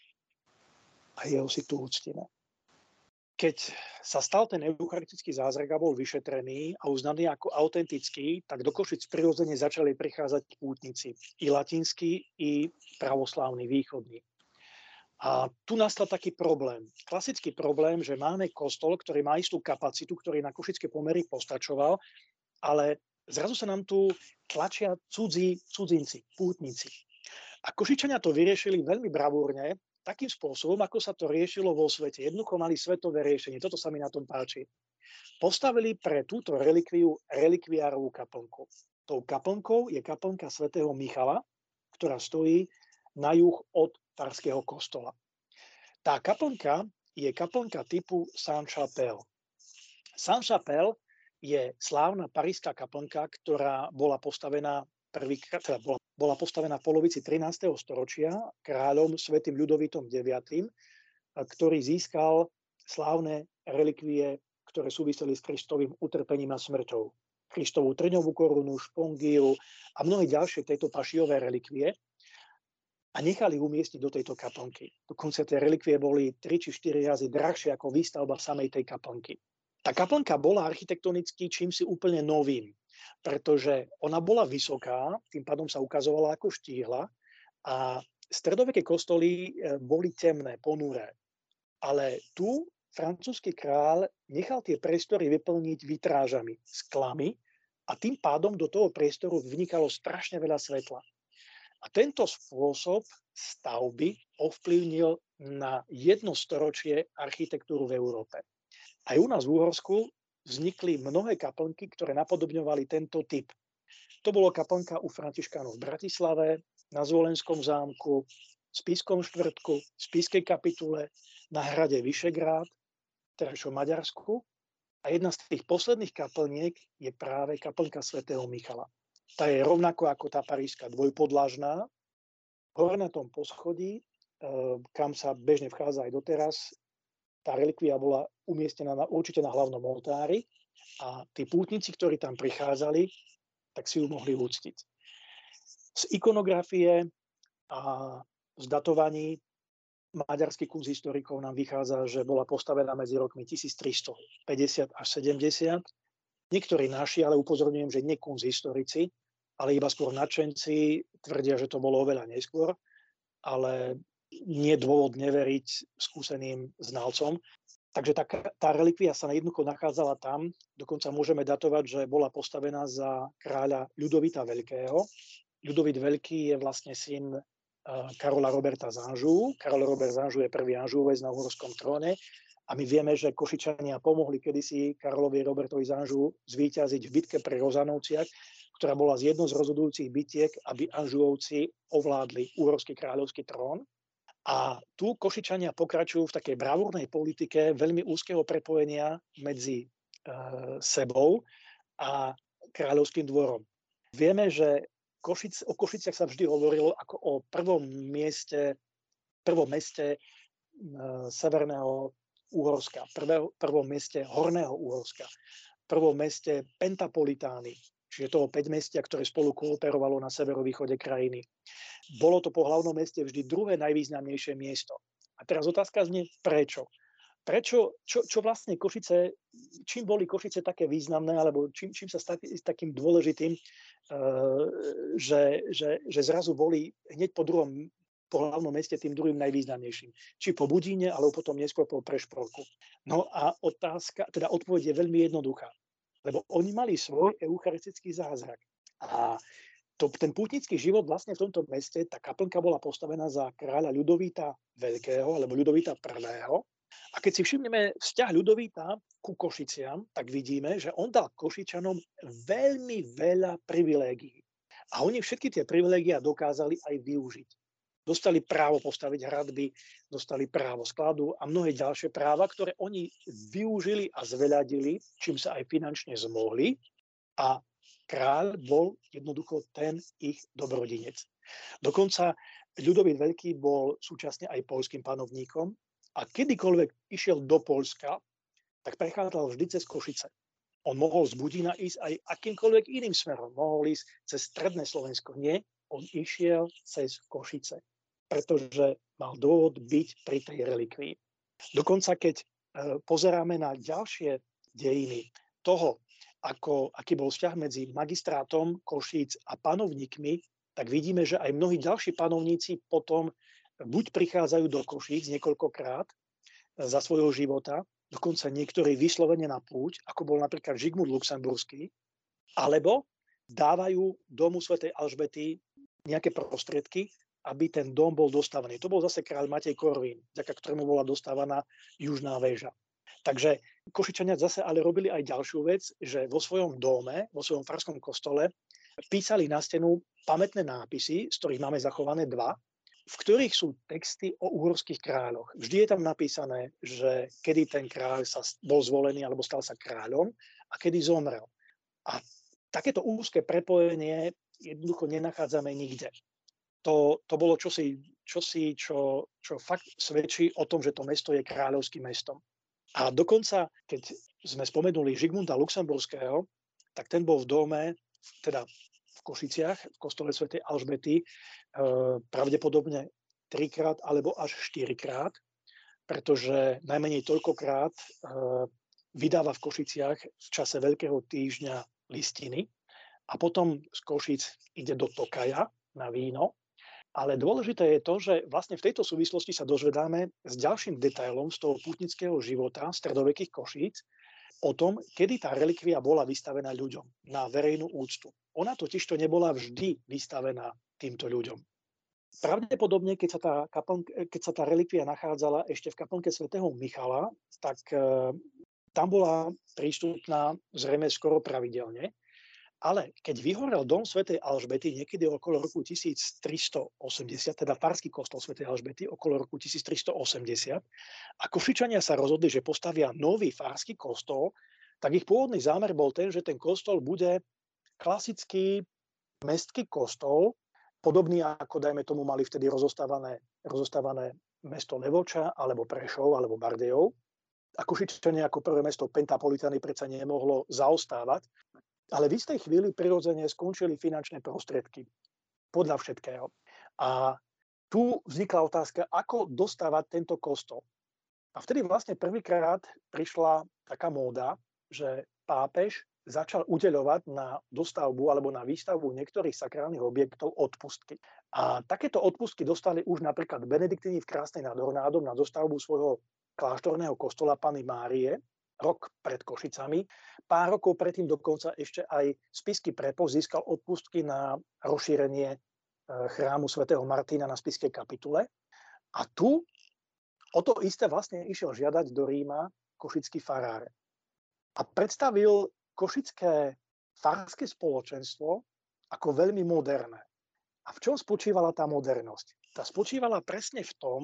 a jeho si tu uctíme. Keď sa stal ten eucharistický zázrak a bol vyšetrený a uznaný ako autentický, tak do Košic prirodzene začali prichádzať pútnici, i latinskí, i pravoslávni, východní. A tu nastal taký problém. Klasický problém, že máme kostol, ktorý má istú kapacitu, ktorý na košické pomery postačoval, ale zrazu sa nám tu tlačia cudzinci, pútnici. A Košičania to vyriešili veľmi bravúrne, takým spôsobom, ako sa to riešilo vo svete. Jednoducho mali svetové riešenie. Toto sa mi na tom páči. Postavili pre túto relikviu relikviárovú kaplnku. Tou kaplnkou je kaplnka svätého Michala, ktorá stojí na juh od Tarského kostola. Tá kaplnka je kaplnka typu Sainte-Chapelle. Sainte-Chapelle je slávna paríska kaplnka, ktorá bola postavená bola postavená v polovici 13. storočia kráľom svätým Ľudovitom IX, ktorý získal slávne relikvie, ktoré súviseli s Kristovým utrpením a smrťou. Kristovú trňovú korunu, špongiu a mnohé ďalšie tejto pašiové relikvie a nechali umiestniť do tejto kaplnky. Dokonca tie relikvie boli 3 či 4 razy drahšie ako výstavba samej tej kaplnky. Tá kaplnka bola architektonicky čímsi úplne novým, pretože ona bola vysoká, tým pádom sa ukazovala ako štíhla a stredoveké kostoly boli temné, ponuré. Ale tu francúzsky kráľ nechal tie priestory vyplniť vitrážami, sklami a tým pádom do toho priestoru vnikalo strašne veľa svetla. A tento spôsob stavby ovplyvnil na jedno storočie architektúru v Európe. Aj u nás v Uhorsku vznikli mnohé kaplnky, ktoré napodobňovali tento typ. To bolo kaplnka u Františkánov v Bratislave, na Zvolenskom zámku, v Spišskom štvrtku, v Spišskej kapitule, na hrade Vyšegrád, terajšom Maďarsku. A jedna z tých posledných kaplniek je práve kaplnka svätého Michala. Tá je rovnako ako tá parížska dvojpodlažná. Hore na tom poschodí, kam sa bežne vchádza aj doteraz, tá relikvia bola umiestnená určite na hlavnom oltári a tí pútnici, ktorí tam prichádzali, tak si ju mohli uctiť. Z ikonografie a z datovaní maďarských kunsthistorikov nám vychádza, že bola postavená medzi rokmi 1350 až 70. Niektorí naši, ale upozorňujem, že nie kunsthistorici, ale iba skôr nadšenci tvrdia, že to bolo oveľa neskôr, ale nie dôvod neveriť skúseným znalcom. Takže tá relikvia sa jednoducho nachádzala tam. Dokonca môžeme datovať, že bola postavená za kráľa Ľudovita Veľkého. Ľudovit Veľký je vlastne syn Karola Roberta z Anžou. Karol Robert z Anžou je prvý Anžúvec na uhorskom tróne. A my vieme, že Košičania pomohli kedysi Karolovi Robertovi z Anžou zvíťaziť v bitke pri Rozanovciach, ktorá bola z jednou z rozhodujúcich bitiek, aby Anžúovci ovládli uhorský kráľovský trón. A tu Košičania pokračujú v takej bravúrnej politike veľmi úzkeho prepojenia medzi sebou a kráľovským dvorom. Vieme, že o Košiciach sa vždy hovorilo ako o prvom meste Severného Uhorska, prvom meste Horného Uhorska, prvom meste Pentapolitány, čiže toho 5 mestia, ktoré spolu kooperovalo na severovýchode krajiny. Bolo to po hlavnom meste vždy druhé najvýznamnejšie miesto. A teraz otázka znie, prečo? Čo vlastne Košice, čím boli Košice také významné, alebo čím sa stali takým dôležitým, že zrazu boli hneď po hlavnom meste tým druhým najvýznamnejším. Či po Budíne, alebo potom neskôr po Prešporku. No a odpoveď je veľmi jednoduchá. Lebo oni mali svoj eucharistický zázrak. A ten pútnický život vlastne v tomto meste, tá kaplnka bola postavená za kráľa Ľudovita Veľkého, alebo Ľudovita I. A keď si všimneme vzťah Ľudovita ku Košiciam, tak vidíme, že on dal Košičanom veľmi veľa privilégií. A oni všetky tie privilégia dokázali aj využiť. Dostali právo postaviť hradby, dostali právo skladu a mnohé ďalšie práva, ktoré oni využili a zveľadili, čím sa aj finančne zmohli. A kráľ bol jednoducho ten ich dobrodinec. Dokonca Ľudovít Veľký bol súčasne aj poľským panovníkom a kedykoľvek išiel do Poľska, tak prechádzal vždy cez Košice. On mohol z Budína ísť aj akýmkoľvek iným smerom. Mohol ísť cez stredné Slovensko. Nie, on išiel cez Košice, pretože mal dôvod byť pri tej relikvii. Dokonca keď pozeráme na ďalšie dejiny toho, aký bol vzťah medzi magistrátom Košíc a panovníkmi, tak vidíme, že aj mnohí ďalší panovníci potom buď prichádzajú do Košíc niekoľkokrát za svojho života, dokonca niektorí vyslovene na púť, ako bol napríklad Žigmund Luxemburský, alebo dávajú domu svätej Alžbety nejaké prostriedky, aby ten dom bol dostávaný. To bol zase kráľ Matej Korvín, vďaka ktorému bola dostávaná južná väža. Takže Košičania zase ale robili aj ďalšiu vec, že vo svojom dome, vo svojom farskom kostole písali na stenu pamätné nápisy, z ktorých máme zachované dva, v ktorých sú texty o uhorských kráľoch. Vždy je tam napísané, že kedy ten kráľ sa bol zvolený alebo stal sa kráľom a kedy zomrel. A takéto úzke prepojenie jednoducho nenachádzame nikde. To bolo čosi, čo fakt svedčí o tom, že to mesto je kráľovským mestom. A dokonca, keď sme spomenuli Žigmunda Luxemburského, tak ten bol v dome, teda v Košiciach, v kostole svätej Alžbety, pravdepodobne 3-krát alebo až 4-krát, pretože najmenej toľkokrát vydáva v Košiciach v čase Veľkého týždňa listiny a potom z Košic ide do Tokaja na víno. Ale dôležité je to, že vlastne v tejto súvislosti sa dozvedáme s ďalším detailom z toho pútnického života stredovekých Košíc o tom, kedy tá relikvia bola vystavená ľuďom na verejnú úctu. Ona totižto nebola vždy vystavená týmto ľuďom. Pravdepodobne, keď sa tá relikvia nachádzala ešte v kaplnke svätého Michala, tak tam bola prístupná zrejme skoro pravidelne. Ale keď vyhorel dom svätej Alžbety niekedy okolo roku 1380, teda farský kostol svätej Alžbety okolo roku 1380, a Košičania sa rozhodli, že postavia nový farský kostol, tak ich pôvodný zámer bol ten, že ten kostol bude klasický mestský kostol, podobný ako, dajme tomu, mali vtedy rozostávané mesto Levoča, alebo Prešov, alebo Bardejov. A Košičania ako prvé mesto Pentapolitany predsa nemohlo zaostávať. Ale v istej chvíli prirodzene skončili finančné prostriedky podľa všetkého. A tu vznikla otázka, ako dostávať tento kostol. A vtedy vlastne prvýkrát prišla taká móda, že pápež začal udeľovať na dostavbu alebo na výstavbu niektorých sakrálnych objektov odpustky. A takéto odpustky dostali už napríklad Benediktíni v Krásnej nad Hornádom na dostavbu svojho kláštorného kostola Panny Márie, rok pred Košicami. Pár rokov predtým dokonca ešte aj spišský prepost získal odpustky na rozšírenie chrámu svätého Martina na spišskej kapitule. A tu o to isté vlastne išiel žiadať do Ríma košický farár. A predstavil košické farské spoločenstvo ako veľmi moderné. A v čom spočívala tá modernosť? Tá spočívala presne v tom,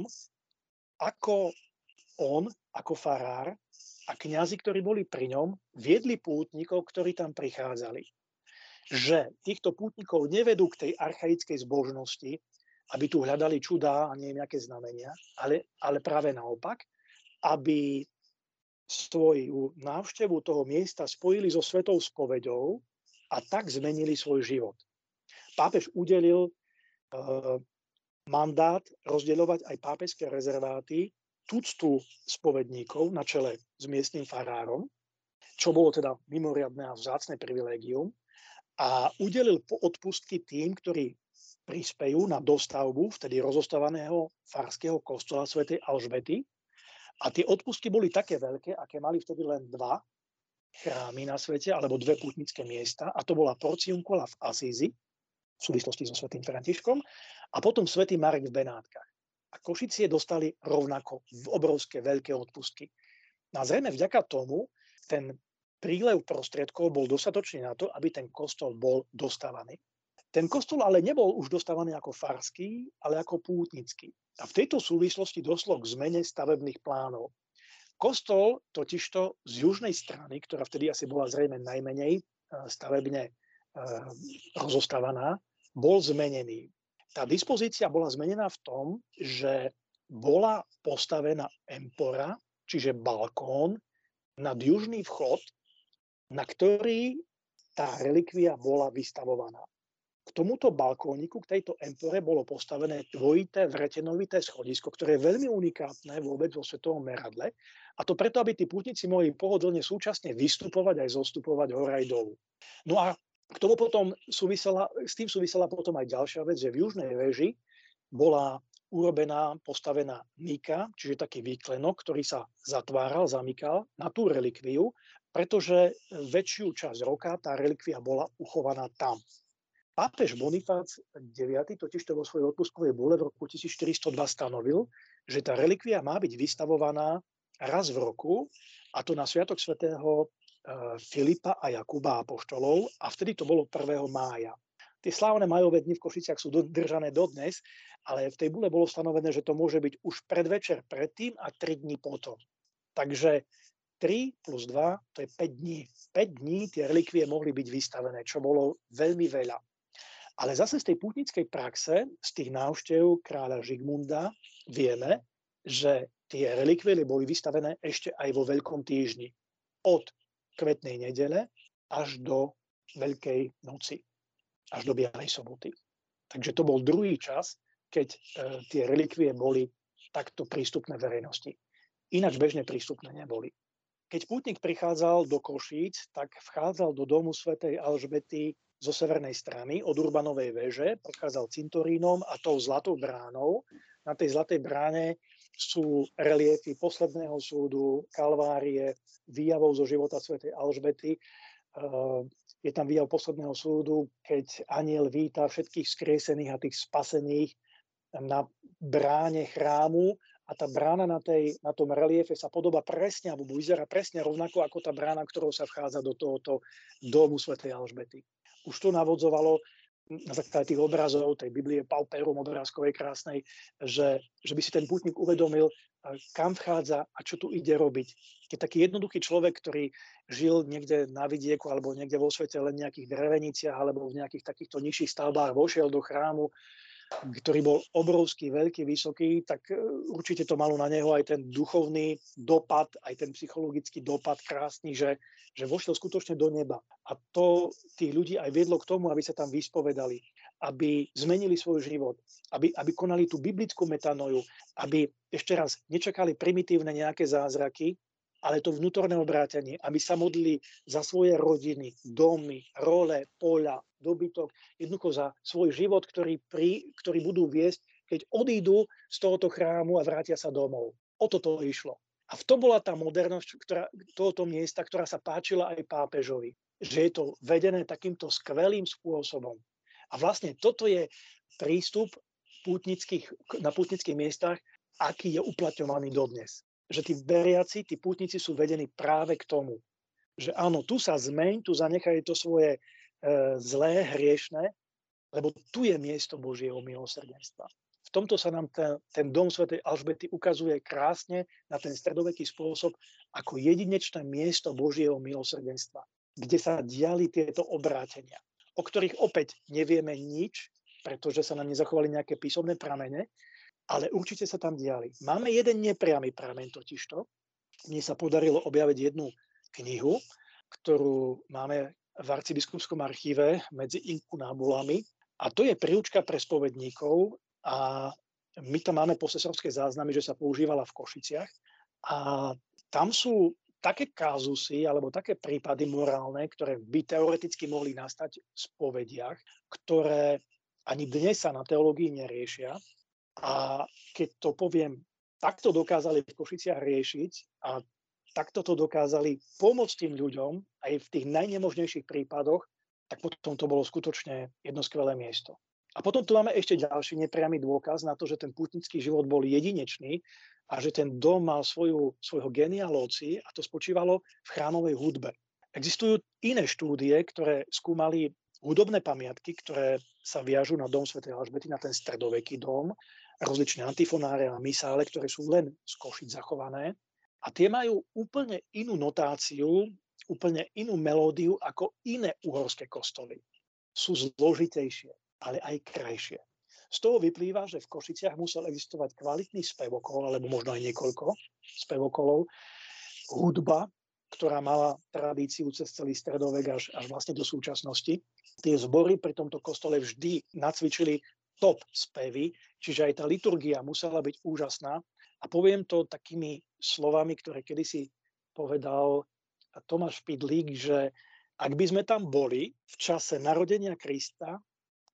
ako on, ako farár, a kňazi, ktorí boli pri ňom, viedli pútnikov, ktorí tam prichádzali. Že týchto pútnikov nevedú k tej archaickej zbožnosti, aby tu hľadali čudá a nejaké znamenia, ale práve naopak, aby svoju návštevu toho miesta spojili so svetou spoveďou a tak zmenili svoj život. Pápež udelil mandát rozdeľovať aj pápežské rezerváty tuctu spovedníkov na čele s miestnym farárom, čo bolo teda mimoriadne a vzácne privilégium, a udelil odpustky tým, ktorí prispejú na dostavbu vtedy rozostávaného farského kostola svätej Alžbety. A tie odpustky boli také veľké, aké mali vtedy len 2 chrámy na svete, alebo 2 pútnické miesta, a to bola Porciuncola v Asízi, v súvislosti so svätým Františkom, a potom svätý Marek v Benátkach. A Košicie dostali rovnako obrovské veľké odpustky. A zrejme vďaka tomu ten prílev prostriedkov bol dostatočný na to, aby ten kostol bol dostávaný. Ten kostol ale nebol už dostávaný ako farský, ale ako pútnický. A v tejto súvislosti došlo k zmene stavebných plánov. Kostol totižto z južnej strany, ktorá vtedy asi bola zrejme najmenej stavebne rozostávaná, bol zmenený. Tá dispozícia bola zmenená v tom, že bola postavená empora, čiže balkón, nad južný vchod, na ktorý tá relikvia bola vystavovaná. K tomuto balkóniku, k tejto empore bolo postavené dvojité vretenovité schodisko, ktoré je veľmi unikátne vôbec vo svetovom meradle. A to preto, aby tí pútnici mohli pohodlne súčasne vystupovať aj zostupovať hore aj dolu. No a k tomu potom s tým súvisela potom aj ďalšia vec, že v južnej veži bola urobená, postavená nika, čiže taký výklenok, ktorý sa zatváral, zamykal na tú relikviu, pretože väčšiu časť roka tá relikvia bola uchovaná tam. Pápež Bonifác IX totižto vo svojej odpustkovej bule v roku 1402 stanovil, že tá relikvia má byť vystavovaná raz v roku, a to na sviatok svätého Filipa a Jakuba apoštolov, a vtedy to bolo 1. mája. Tie slávne majové dni v Košiciach sú dodržané dodnes, ale v tej bule bolo stanovené, že to môže byť už predvečer predtým a 3 dní potom. Takže 3 plus 2, to je 5 dní. 5 dní tie relikvie mohli byť vystavené, čo bolo veľmi veľa. Ale zase z tej pútnickej praxe, z tých návštev kráľa Žigmunda vieme, že tie relikvie boli vystavené ešte aj vo Veľkom týždni. Od Kvetnej nedele až do Veľkej noci, až do Bielej soboty. Takže to bol druhý čas, keď tie relikvie boli takto prístupné verejnosti. Ináč bežne prístupné neboli. Keď pútnik prichádzal do Košíc, tak vchádzal do domu svätej Alžbety zo severnej strany od Urbanovej veže, prechádzal cintorínom a tou zlatou bránou. Na tej zlatej bráne sú reliefy posledného súdu, kalvárie, výjavov zo života svätej Alžbety. Je tam výjav posledného súdu, keď anjel víta všetkých skriesených a tých spasených na bráne chrámu, a tá brána na tom reliefe sa podobá presne, alebo vyzerá presne rovnako ako tá brána, ktorou sa vchádza do tohoto domu svätej Alžbety. Už to navodzovalo na základe tých obrazov, tej Biblie Pauperum obrázkovej krásnej, že by si ten pútnik uvedomil, kam vchádza a čo tu ide robiť. Keď taký jednoduchý človek, ktorý žil niekde na vidieku alebo niekde vo svete len v nejakých dreveniciach alebo v nejakých takýchto nižších stavbách vošiel do chrámu, ktorý bol obrovský, veľký, vysoký, tak určite to malo na neho aj ten duchovný dopad, aj ten psychologický dopad krásny, že vošiel skutočne do neba. A to tých ľudí aj viedlo k tomu, aby sa tam vyspovedali, aby zmenili svoj život, aby konali tú biblickú metanoju, aby ešte raz nečakali primitívne nejaké zázraky, ale to vnútorné obrátenie, aby sa modlili za svoje rodiny, domy, role, poľa, dobytok, jednoducho za svoj život, ktorý budú viesť, keď odídu z tohoto chrámu a vrátia sa domov. O toto išlo. A v tom bola tá modernosť tohoto miesta, ktorá sa páčila aj pápežovi. Že je to vedené takýmto skvelým spôsobom. A vlastne toto je prístup na pútnických miestach, aký je uplatňovaný dodnes. Že tí veriaci, tí pútnici sú vedení práve k tomu, že áno, tu sa zmeň, tu zanechaj to svoje zlé, hriešne, lebo tu je miesto Božieho milosrdenstva. V tomto sa nám ten dom svätej Alžbety ukazuje krásne na ten stredoveký spôsob ako jedinečné miesto Božieho milosrdenstva, kde sa diali tieto obrátenia, o ktorých opäť nevieme nič, pretože sa nám nezachovali nejaké písomné pramene, ale určite sa tam diali. Máme jeden nepriamy prameň totižto. Mne sa podarilo objaviť jednu knihu, ktorú máme v arcibiskupskom archíve medzi inkunabulami. A to je príručka pre spovedníkov a my tam máme posesorské záznamy, že sa používala v Košiciach. A tam sú také kázusy alebo také prípady morálne, ktoré by teoreticky mohli nastať v spovediach, ktoré ani dnes sa na teológii neriešia. A keď to poviem, takto dokázali v Košiciach riešiť a takto to dokázali pomôcť tým ľuďom aj v tých najnemožnejších prípadoch, tak potom to bolo skutočne jedno skvelé miesto. A potom tu máme ešte ďalší nepriamy dôkaz na to, že ten pútnický život bol jedinečný a že ten dom mal svojho genia loci, a to spočívalo v chrámovej hudbe. Existujú iné štúdie, ktoré skúmali hudobné pamiatky, ktoré sa viažú na dom svätej Alžbety, na ten stredoveký dom, rozličné antifonáre a misále, ktoré sú len z Košíc zachované. A tie majú úplne inú notáciu, úplne inú melódiu ako iné uhorské kostoly. Sú zložitejšie, ale aj krajšie. Z toho vyplýva, že v Košiciach musel existovať kvalitný spevokol, alebo možno aj niekoľko spevokolov, hudba, ktorá mala tradíciu cez celý stredovek až vlastne do súčasnosti. Tie zbory pri tomto kostole vždy nacvičili top spevy, čiže aj tá liturgia musela byť úžasná. A poviem to takými slovami, ktoré kedysi povedal Tomáš Pidlík, že ak by sme tam boli v čase narodenia Krista,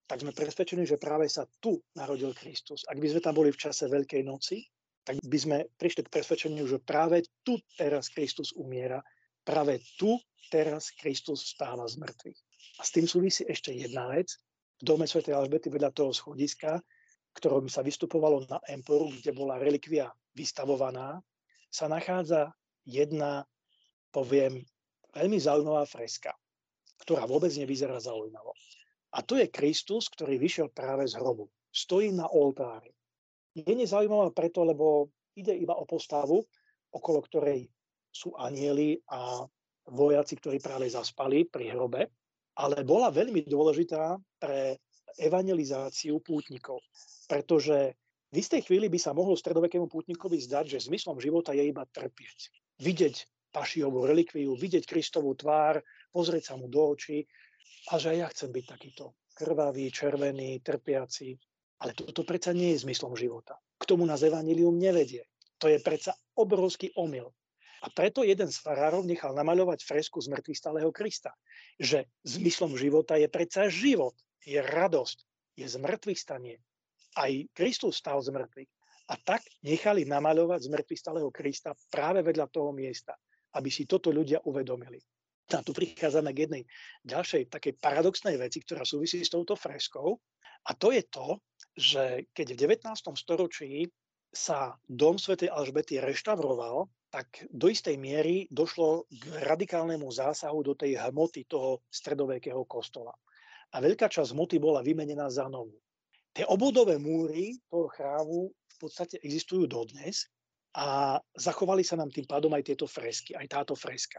tak sme presvedčení, že práve sa tu narodil Kristus. Ak by sme tam boli v čase Veľkej noci, tak by sme prišli k presvedčeniu, že práve tu teraz Kristus umiera, práve tu teraz Kristus vstáva z mŕtvych. A s tým súvisí ešte jedna vec. V dome svätej Alžbety vedľa toho schodiska, ktorom sa vystupovalo na Emporu, kde bola relikvia vystavovaná, sa nachádza jedna, poviem, veľmi zaujímavá freska, ktorá vôbec nevyzerá zaujímavo. A to je Kristus, ktorý vyšiel práve z hrobu. Stojí na oltári. Je nezaujímavá preto, lebo ide iba o postavu, okolo ktorej sú anjeli a vojaci, ktorí práve zaspali pri hrobe, ale bola veľmi dôležitá pre evangelizáciu pútnikov. Pretože v istej chvíli by sa mohlo stredovekému pútnikovi zdať, že zmyslom života je iba trpieť. Vidieť Pašiovú relikviu, vidieť Kristovú tvár, pozrieť sa mu do očí a že ja chcem byť takýto krvavý, červený, trpiaci. Ale toto predsa nie je zmyslom života. K tomu nás evanjelium nevedie. To je predsa obrovský omyl. A preto jeden z farárov nechal namaľovať fresku z mŕtvystalého Krista. Že zmyslom života je predsa život, je radosť, je zmŕtvystanie. Aj Kristus stal z mŕtvych. A tak nechali namaľovať z mŕtvystalého Krista práve vedľa toho miesta, aby si toto ľudia uvedomili. A tu prichádzame k jednej ďalšej takej paradoxnej veci, ktorá súvisí s touto freskou. A to je to, že keď v 19. storočí sa dom svätej Alžbety reštauroval, tak do istej miery došlo k radikálnemu zásahu do tej hmoty toho stredovekého kostola. A veľká časť hmoty bola vymenená za novú. Tie obvodové múry toho chrámu v podstate existujú dodnes a zachovali sa nám tým pádom aj tieto fresky, aj táto freska.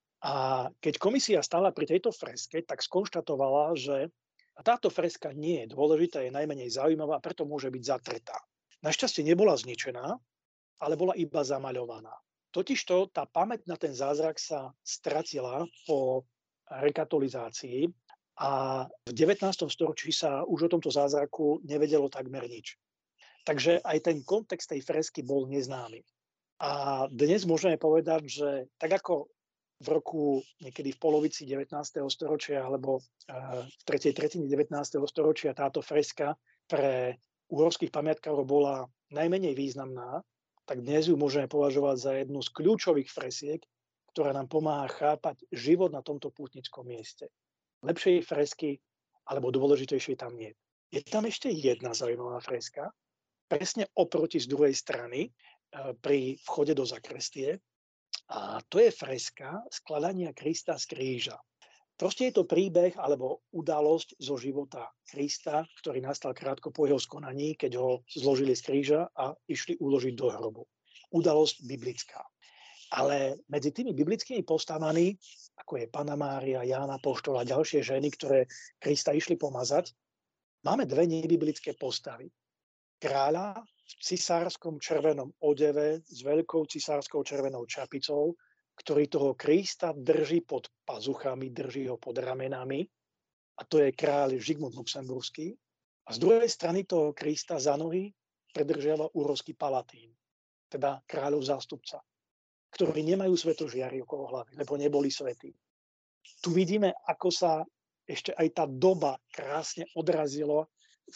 A keď komisia stála pri tejto freske, tak skonštatovala, že táto freska nie je dôležitá, je najmenej zaujímavá, preto môže byť zatretá. Našťastie nebola zničená, ale bola iba zamaľovaná. Totižto tá pamäť na ten zázrak sa stratila po rekatolizácii a v 19. storočí sa už o tomto zázraku nevedelo takmer nič. Takže aj ten kontext tej fresky bol neznámy. A dnes môžeme povedať, že tak ako v roku niekedy v polovici 19. storočia alebo v tretej tretine 19. storočia táto freska pre uhorských pamiatkárov bola najmenej významná, tak dnes ju môžeme považovať za jednu z kľúčových fresiek, ktorá nám pomáha chápať život na tomto pútnickom mieste. Lepšej fresky alebo dôležitejšej tam nie. Je tam ešte jedna zaujímavá freska, presne oproti z druhej strany pri vchode do zakrestie. A to je freska skladania Krista z kríža. Proste je to príbeh alebo udalosť zo života Krista, ktorý nastal krátko po jeho skonaní, keď ho zložili z kríža a išli uložiť do hrobu. Udalosť biblická. Ale medzi tými biblickými postavami, ako je Panna Mária, Ján Apoštol a ďalšie ženy, ktoré Krista išli pomazať, máme dve nebiblické postavy. Kráľa v cisárskom červenom odeve s veľkou cisárskou červenou čapicou, ktorý toho Krista drží pod pazuchami, drží ho pod ramenami. A to je kráľ Žigmund Luxemburský. A z druhej strany toho Krista za nohy predržiava uhorský palatín, teda kráľov zástupca, ktorí nemajú svetožiary okolo hlavy, lebo neboli svätí. Tu vidíme, ako sa ešte aj tá doba krásne odrazilo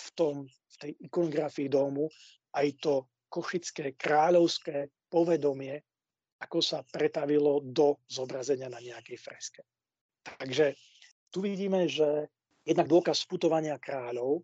v tej ikonografii domu, aj to košické kráľovské povedomie, ako sa pretavilo do zobrazenia na nejakej freske. Takže tu vidíme, že jednak dôkaz putovania kráľov,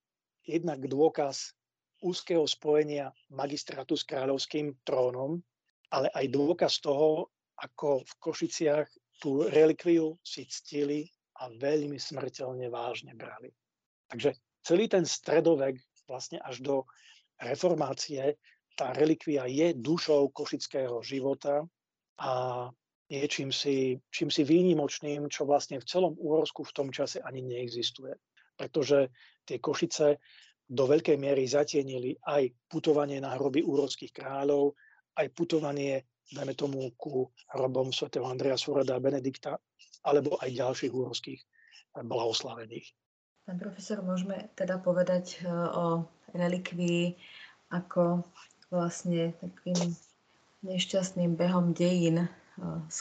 jednak dôkaz úzkeho spojenia magistrátu s kráľovským trónom, ale aj dôkaz toho, ako v Košiciach tú relikviu si ctili a veľmi smrteľne vážne brali. Takže celý ten stredovek, vlastne až do reformácie, tá relikvia je dušou košického života a je čímsi výnimočným, čo vlastne v celom Úhorsku v tom čase ani neexistuje. Pretože tie Košice do veľkej miery zatienili aj putovanie na hroby úhorských kráľov, aj putovanie, dajme tomu, ku hrobom svätého Andreja Surada a Benedikta, alebo aj ďalších úhorských blahoslavených. Pán profesor, môžeme teda povedať o relikvii ako vlastne takým nešťastným behom dejín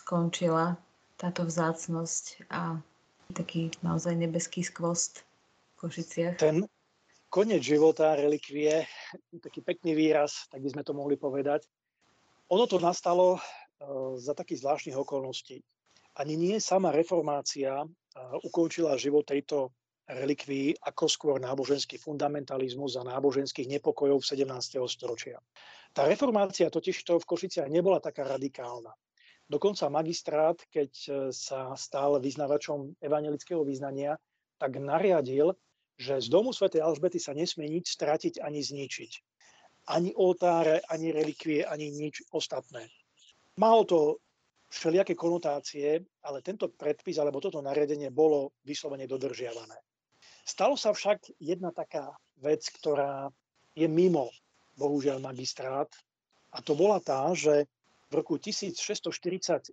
skončila táto vzácnosť a taký naozaj nebeský skvost Košiciach. Ten koniec života relikvie, taký pekný výraz, tak by sme to mohli povedať. Ono to nastalo za takých zvláštnych okolností. Ani nie sama reformácia ukončila život tejto relikvii ako skôr náboženský fundamentalizmus a náboženských nepokojov 17. storočia. Tá reformácia totižto v Košiciach nebola taká radikálna. Dokonca magistrát, keď sa stal vyznavačom evangelického vyznania, tak nariadil, že z domu svätej Alžbety sa nesmie nič stratiť ani zničiť. Ani oltáre, ani relikvie, ani nič ostatné. Malo to všelijaké konotácie, ale tento predpis alebo toto nariadenie bolo vyslovene dodržiavané. Stalo sa však jedna taká vec, ktorá je mimo, bohužiaľ, magistrát. A to bola tá, že v roku 1641,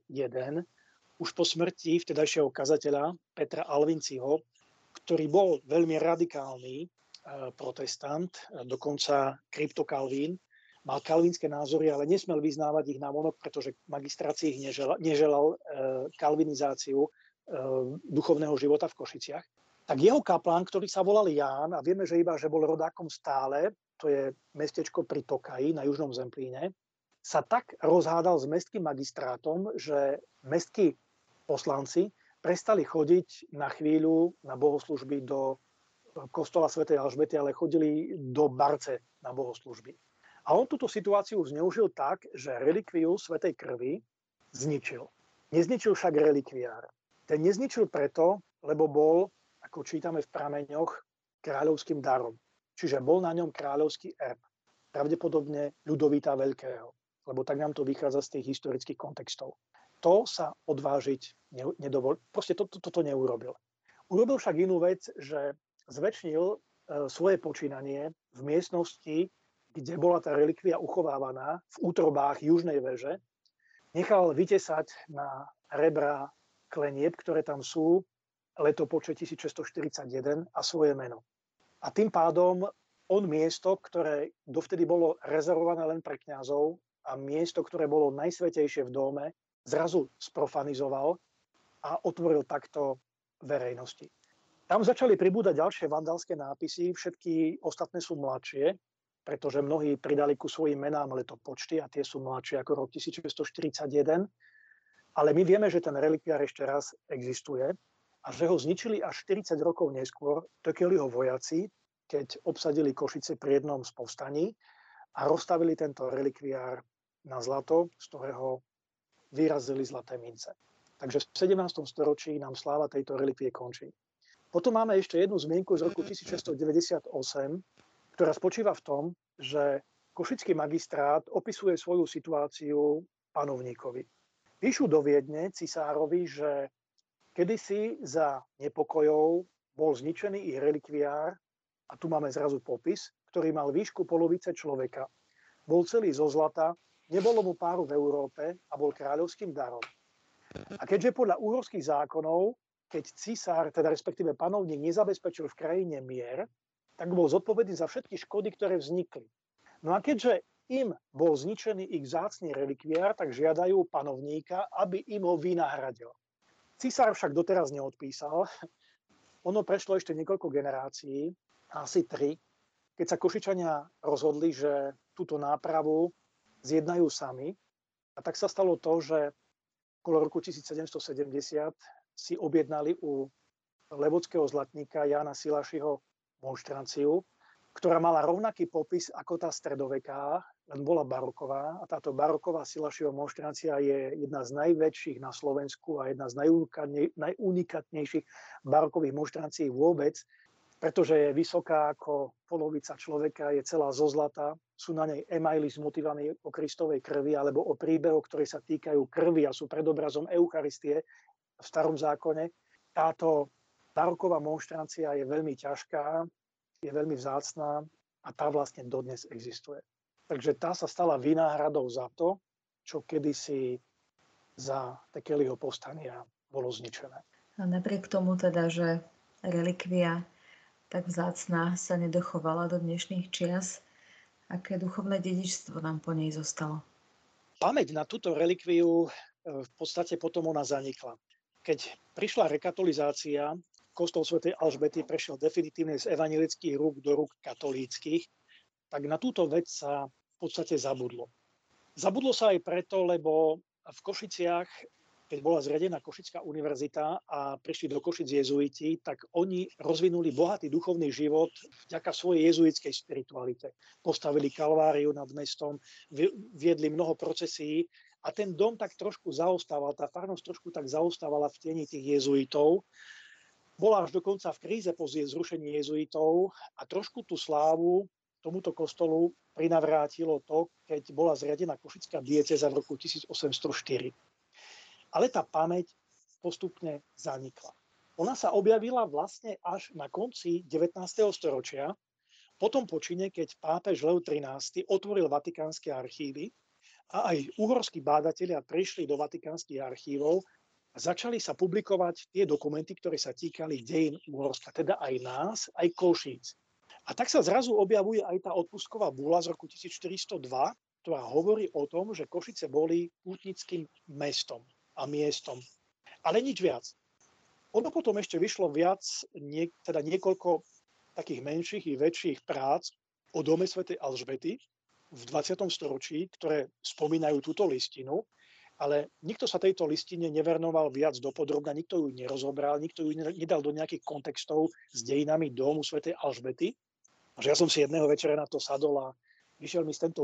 už po smrti vtedajšieho kazateľa Petra Alvinciho, ktorý bol veľmi radikálny protestant, dokonca kryptokalvín, mal kalvínske názory, ale nesmel vyznávať ich navonok, pretože magistrát si ich neželal kalvinizáciu duchovného života v Košiciach. Tak jeho kaplán, ktorý sa volal Ján, a vieme, že bol rodákom Stále, to je mestečko pri Tokaji na južnom Zemplíne, sa tak rozhádal s mestským magistrátom, že mestskí poslanci prestali chodiť na chvíľu na bohoslužby do kostola svätej Alžbety, ale chodili do Barce na bohoslužby. A on túto situáciu zneužil tak, že relikviu svätej krvi zničil. Nezničil však relikviár. Ten nezničil preto, lebo bol, ako čítame v prameňoch, kráľovským darom. Čiže bol na ňom kráľovský erb. Pravdepodobne Ľudovíta Veľkého, lebo tak nám to vychádza z tých historických kontextov. To sa odvážiť nedovolil. Proste toto neurobil. Urobil však inú vec, že zväčšnil svoje počínanie v miestnosti, kde bola tá relikvia uchovávaná, v útrobách južnej veže. Nechal vytesať na rebra klenieb, ktoré tam sú, letopočet 1641 a svoje meno. A tým pádom on miesto, ktoré dovtedy bolo rezervované len pre kňazov a miesto, ktoré bolo najsvätejšie v dome, zrazu sprofanizoval a otvoril takto verejnosti. Tam začali pribúdať ďalšie vandalské nápisy, všetky ostatné sú mladšie, pretože mnohí pridali ku svojim menám letopočty a tie sú mladšie ako rok 1641. Ale my vieme, že ten relikviár ešte raz existuje a že ho zničili až 40 rokov neskôr Tököliho vojaci, keď obsadili Košice pri jednom z povstaní a rozstavili tento relikviár na zlato, z ktorého vyrazili zlaté mince. Takže v 17. storočí nám sláva tejto relikvie končí. Potom máme ešte jednu zmienku z roku 1698, ktorá spočíva v tom, že košický magistrát opisuje svoju situáciu panovníkovi. Píšu do Viedne cisárovi, že kedysi za nepokojov bol zničený ich relikviár, a tu máme zrazu popis, ktorý mal výšku polovice človeka. Bol celý zo zlata, nebolo mu páru v Európe a bol kráľovským darom. A keďže podľa úhorských zákonov, keď cisár, teda respektíve panovník, nezabezpečil v krajine mier, tak bol zodpovedný za všetky škody, ktoré vznikli. No a keďže im bol zničený ich vzácny relikviár, tak žiadajú panovníka, aby im ho vynahradil. Cisár však doteraz neodpísal. Ono prešlo ešte niekoľko generácií, asi 3, keď sa Košičania rozhodli, že túto nápravu zjednajú sami. A tak sa stalo to, že okolo roku 1770 si objednali u levodského zlatníka Jána Silašiho monštranciu, ktorá mala rovnaký popis ako tá stredoveká, len bola baroková. A táto baroková Silašiho monštrancia je jedna z najväčších na Slovensku a jedna z najunikátnejších barokových monštrancií vôbec, pretože je vysoká ako polovica človeka, je celá zo zlata. Sú na nej emaily s motivami o Kristovej krvi alebo o príbehoch, ktoré sa týkajú krvi a sú predobrazom Eucharistie v Starom zákone. Táto baroková monštrancia je veľmi ťažká, je veľmi vzácna a tá vlastne dodnes existuje. Takže tá sa stala vynáhradou za to, čo kedysi za Tököliho povstania bolo zničené. A napriek tomu teda, že relikvia tak vzácna sa nedochovala do dnešných čias, aké duchovné dedičstvo nám po nej zostalo? Pamäť na túto relikviu v podstate potom ona zanikla. Keď prišla rekatolizácia kostol svätej Alžbety prešiel definitívne z evanjelických rúk do rúk katolíckych, tak na túto vec sa v podstate zabudlo. Zabudlo sa aj preto, lebo v Košiciach, keď bola zriadená Košická univerzita a prišli do Košic jezuiti, tak oni rozvinuli bohatý duchovný život vďaka svojej jezuitskej spiritualite. Postavili kalváriu nad mestom, viedli mnoho procesí a ten dom tak trošku zaostával, tá farnosť trošku tak zaostávala v tieni tých jezuitov. Bola až dokonca v kríze po zrušení jezuitov a trošku tú slávu tomuto kostolu prinavrátilo to, keď bola zriadená košická diecéza v roku 1804. Ale tá pamäť postupne zanikla. Ona sa objavila vlastne až na konci 19. storočia, po tom počine, keď pápež Leo XIII otvoril vatikánske archívy a aj uhorskí bádatelia prišli do vatikánskych archívov a začali sa publikovať tie dokumenty, ktoré sa týkali dejín Uhorska, teda aj nás, aj Košíc. A tak sa zrazu objavuje aj tá odpustková búla z roku 1402, ktorá hovorí o tom, že Košice boli pútnickým mestom a miestom. Ale nič viac. Ono potom ešte vyšlo niekoľko takých menších i väčších prác o dome svätej Alžbety v 20. storočí, ktoré spomínajú túto listinu, ale nikto sa tejto listine nevernoval viac dopodrobna, nikto ju nerozobral, nikto ju nedal do nejakých kontextov s dejinami domu svätej Alžbety. Že ja som si jedného večera na to sadol a vyšiel mi z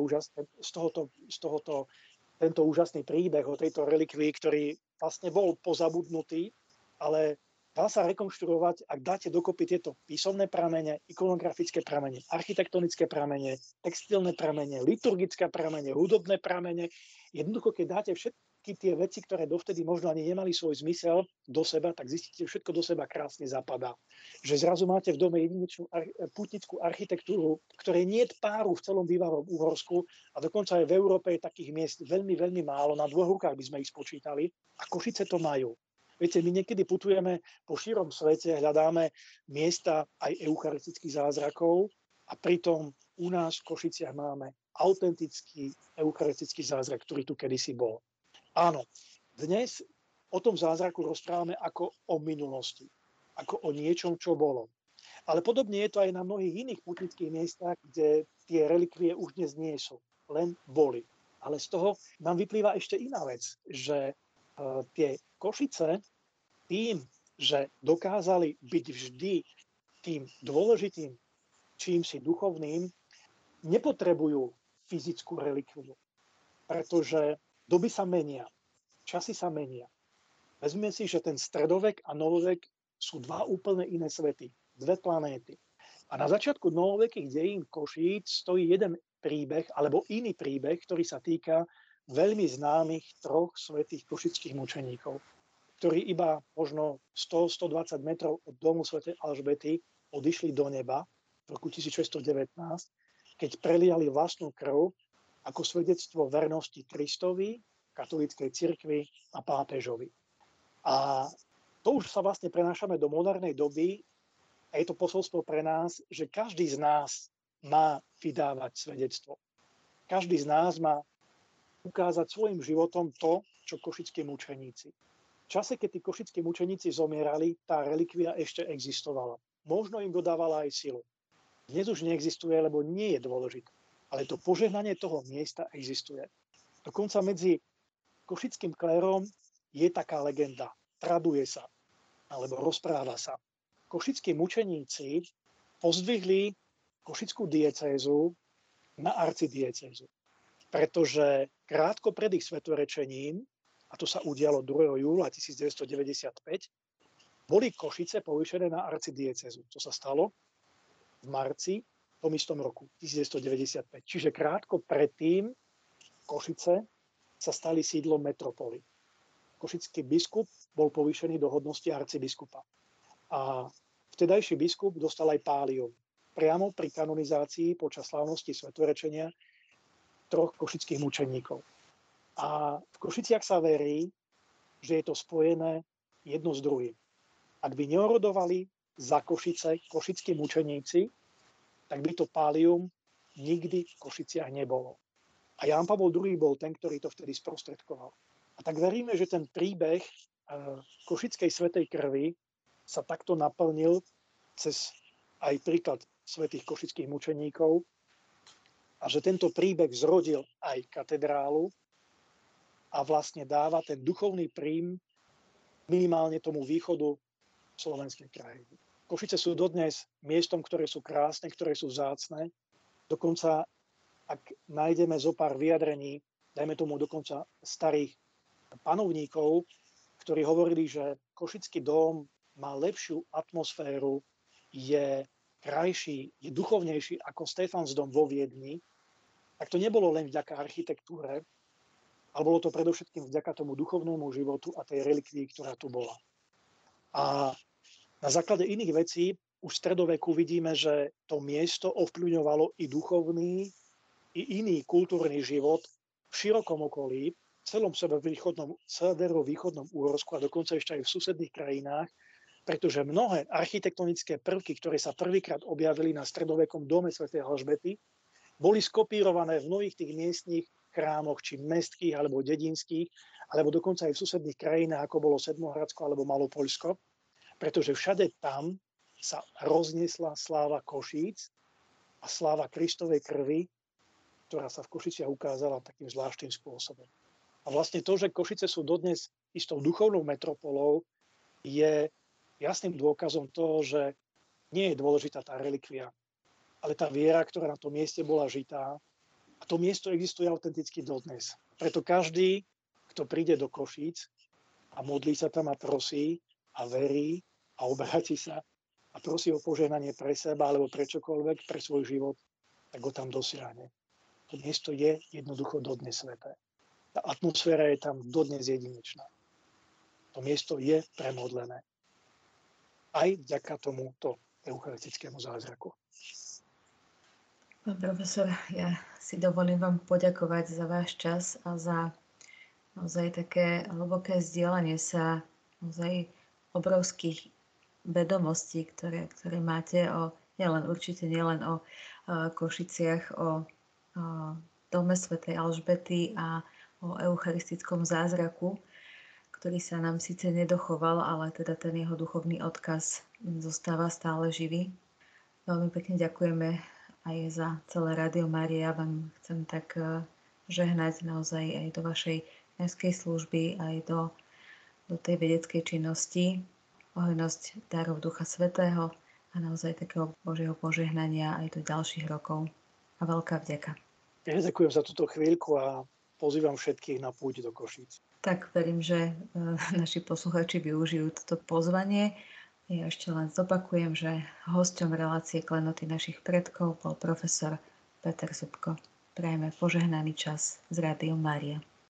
tento úžasný príbeh o tejto relikvii, ktorý vlastne bol pozabudnutý, ale dá sa rekonštruovať, ak dáte dokopy tieto písomné pramene, ikonografické pramene, architektonické pramene, textilné pramene, liturgické pramene, hudobné pramene. Jednoducho, keď dáte všetky tie veci, ktoré dovtedy možno ani nemali svoj zmysel do seba, tak zistíte, že všetko do seba krásne zapadá. Že zrazu máte v dome jedinečnú pútnickú architektúru, ktorej nie je páru v celom bývalom Uhorsku a dokonca aj v Európe je takých miest veľmi, veľmi málo. Na dvoch rukách by sme ich spočítali a Košice to majú. Viete, my niekedy putujeme po širom svete, hľadáme miesta aj eucharistických zázrakov a pritom u nás v Košiciach máme autentický eucharistický zázrak, ktorý tu kedysi bol. Áno, dnes o tom zázraku rozprávame ako o minulosti, ako o niečom, čo bolo. Ale podobne je to aj na mnohých iných putnických miestach, kde tie relikvie už dnes nie sú, len boli. Ale z toho nám vyplýva ešte iná vec, že tie Košice tým, že dokázali byť vždy tým dôležitým čímsi duchovným, nepotrebujú fyzickú relikviu, pretože doby sa menia, časy sa menia. Vezmeme si, že ten stredovek a novovek sú dva úplne iné svety, dve planéty. A na začiatku novovekých dejín Košíc stojí jeden príbeh, alebo iný príbeh, ktorý sa týka veľmi známych troch svätých košických mučeníkov, ktorí iba možno 100-120 metrov od domu svätej Alžbety odišli do neba v roku 1619, keď preliali vlastnú krv ako svedectvo vernosti Kristovi, katolíckej cirkvi a pápežovi. A to už sa vlastne prenášame do modernej doby a je to posolstvo pre nás, že každý z nás má vydávať svedectvo. Každý z nás má ukázať svojim životom to, čo košickí mučeníci. V čase, keď tí košickí mučeníci zomierali, tá relikvia ešte existovala. Možno im dodávala aj silu. Dnes už neexistuje, lebo nie je dôležité. Ale to požehnanie toho miesta existuje. Dokonca medzi košickým klérom je taká legenda. Traduje sa, alebo rozpráva sa. Košickí mučeníci pozdvihli košickú diecézu na arcidiecézu. Pretože krátko pred ich svetorečením, a to sa udialo 2. júla 1995, boli Košice povýšené na arcidiecézu. To sa stalo v marci v tom istom roku, 1995. Čiže krátko predtým Košice sa stali sídlom metropoly. Košický biskup bol povýšený do hodnosti arcibiskupa. A vtedajší biskup dostal aj pálium. Priamo pri kanonizácii počas slávnosti svetorečenia troch košických mučeníkov. A v Košiciach sa verí, že je to spojené jedno s druhým. Ak by neorodovali za Košice košickí mučeníci, tak by to pálium nikdy v Košiciach nebolo. A Ján Pavol II bol ten, ktorý to vtedy sprostredkoval. A tak veríme, že ten príbeh košickej svätej krvi sa takto naplnil cez aj príklad svätých košických mučeníkov a že tento príbeh zrodil aj katedrálu a vlastne dáva ten duchovný prím minimálne tomu východu slovenskej krajiny. Košice sú dodnes miestom, ktoré sú krásne, ktoré sú vzácne. Dokonca, ak nájdeme zo pár vyjadrení, dajme tomu dokonca starých panovníkov, ktorí hovorili, že Košický dom má lepšiu atmosféru, je krajší, je duchovnejší ako Stefans dom vo Viedni, tak to nebolo len vďaka architektúre, ale bolo to predovšetkým vďaka tomu duchovnému životu a tej relikvii, ktorá tu bola. A na základe iných vecí už v stredoveku vidíme, že to miesto ovplyvňovalo i duchovný, i iný kultúrny život v širokom okolí, v celom severovýchodnom Úhorsku a dokonca ešte aj v susedných krajinách, pretože mnohé architektonické prvky, ktoré sa prvýkrát objavili na stredovekom dome svätej Alžbety, boli skopírované v mnohých tých miestnych chrámoch, či mestských, alebo dedinských, alebo dokonca aj v susedných krajinách, ako bolo Sedmohradsko alebo Malopoľsko, pretože všade tam sa rozniesla sláva Košíc a sláva Kristovej krvi, ktorá sa v Košiciach ukázala takým zvláštnym spôsobom. A vlastne to, že Košice sú dodnes istou duchovnou metropolou, je jasným dôkazom toho, že nie je dôležitá tá relikvia, ale tá viera, ktorá na tom mieste bola žitá. A to miesto existuje autenticky dodnes. Preto každý, kto príde do Košíc a modlí sa tam a prosí a verí a obráti sa a prosí o požehnanie pre seba alebo pre čokoľvek, pre svoj život, tak ho tam dosiahne. To miesto je jednoducho dodnes sveté. Tá atmosféra je tam dodnes jedinečná. To miesto je premodlené. Aj vďaka tomuto eucharistickému zázraku. Pán profesor, ja si dovolím vám poďakovať za váš čas a za naozaj také hlboké zdieľanie sa naozaj obrovských vedomostí, ktoré máte určite nielen o Košiciach, o dome svätej Alžbety a o eucharistickom zázraku, ktorý sa nám síce nedochoval, ale teda ten jeho duchovný odkaz zostáva stále živý. Veľmi pekne ďakujeme aj za celé Rádio Mária. Vám chcem tak žehnať naozaj aj do vašej mestskej služby, aj do tej vedeckej činnosti, hojnosť darov Ducha Svätého a naozaj takého Božieho požehnania aj do ďalších rokov. A veľká vďaka. Ja ďakujem za túto chvíľku a pozývam všetkých na púť do Košíc. Tak verím, že naši posluchači využijú toto pozvanie. Ja ešte len zopakujem, že hosťom relácie Klenoty našich predkov bol profesor Peter Zubko. Prajeme požehnaný čas z Rádiom Mária.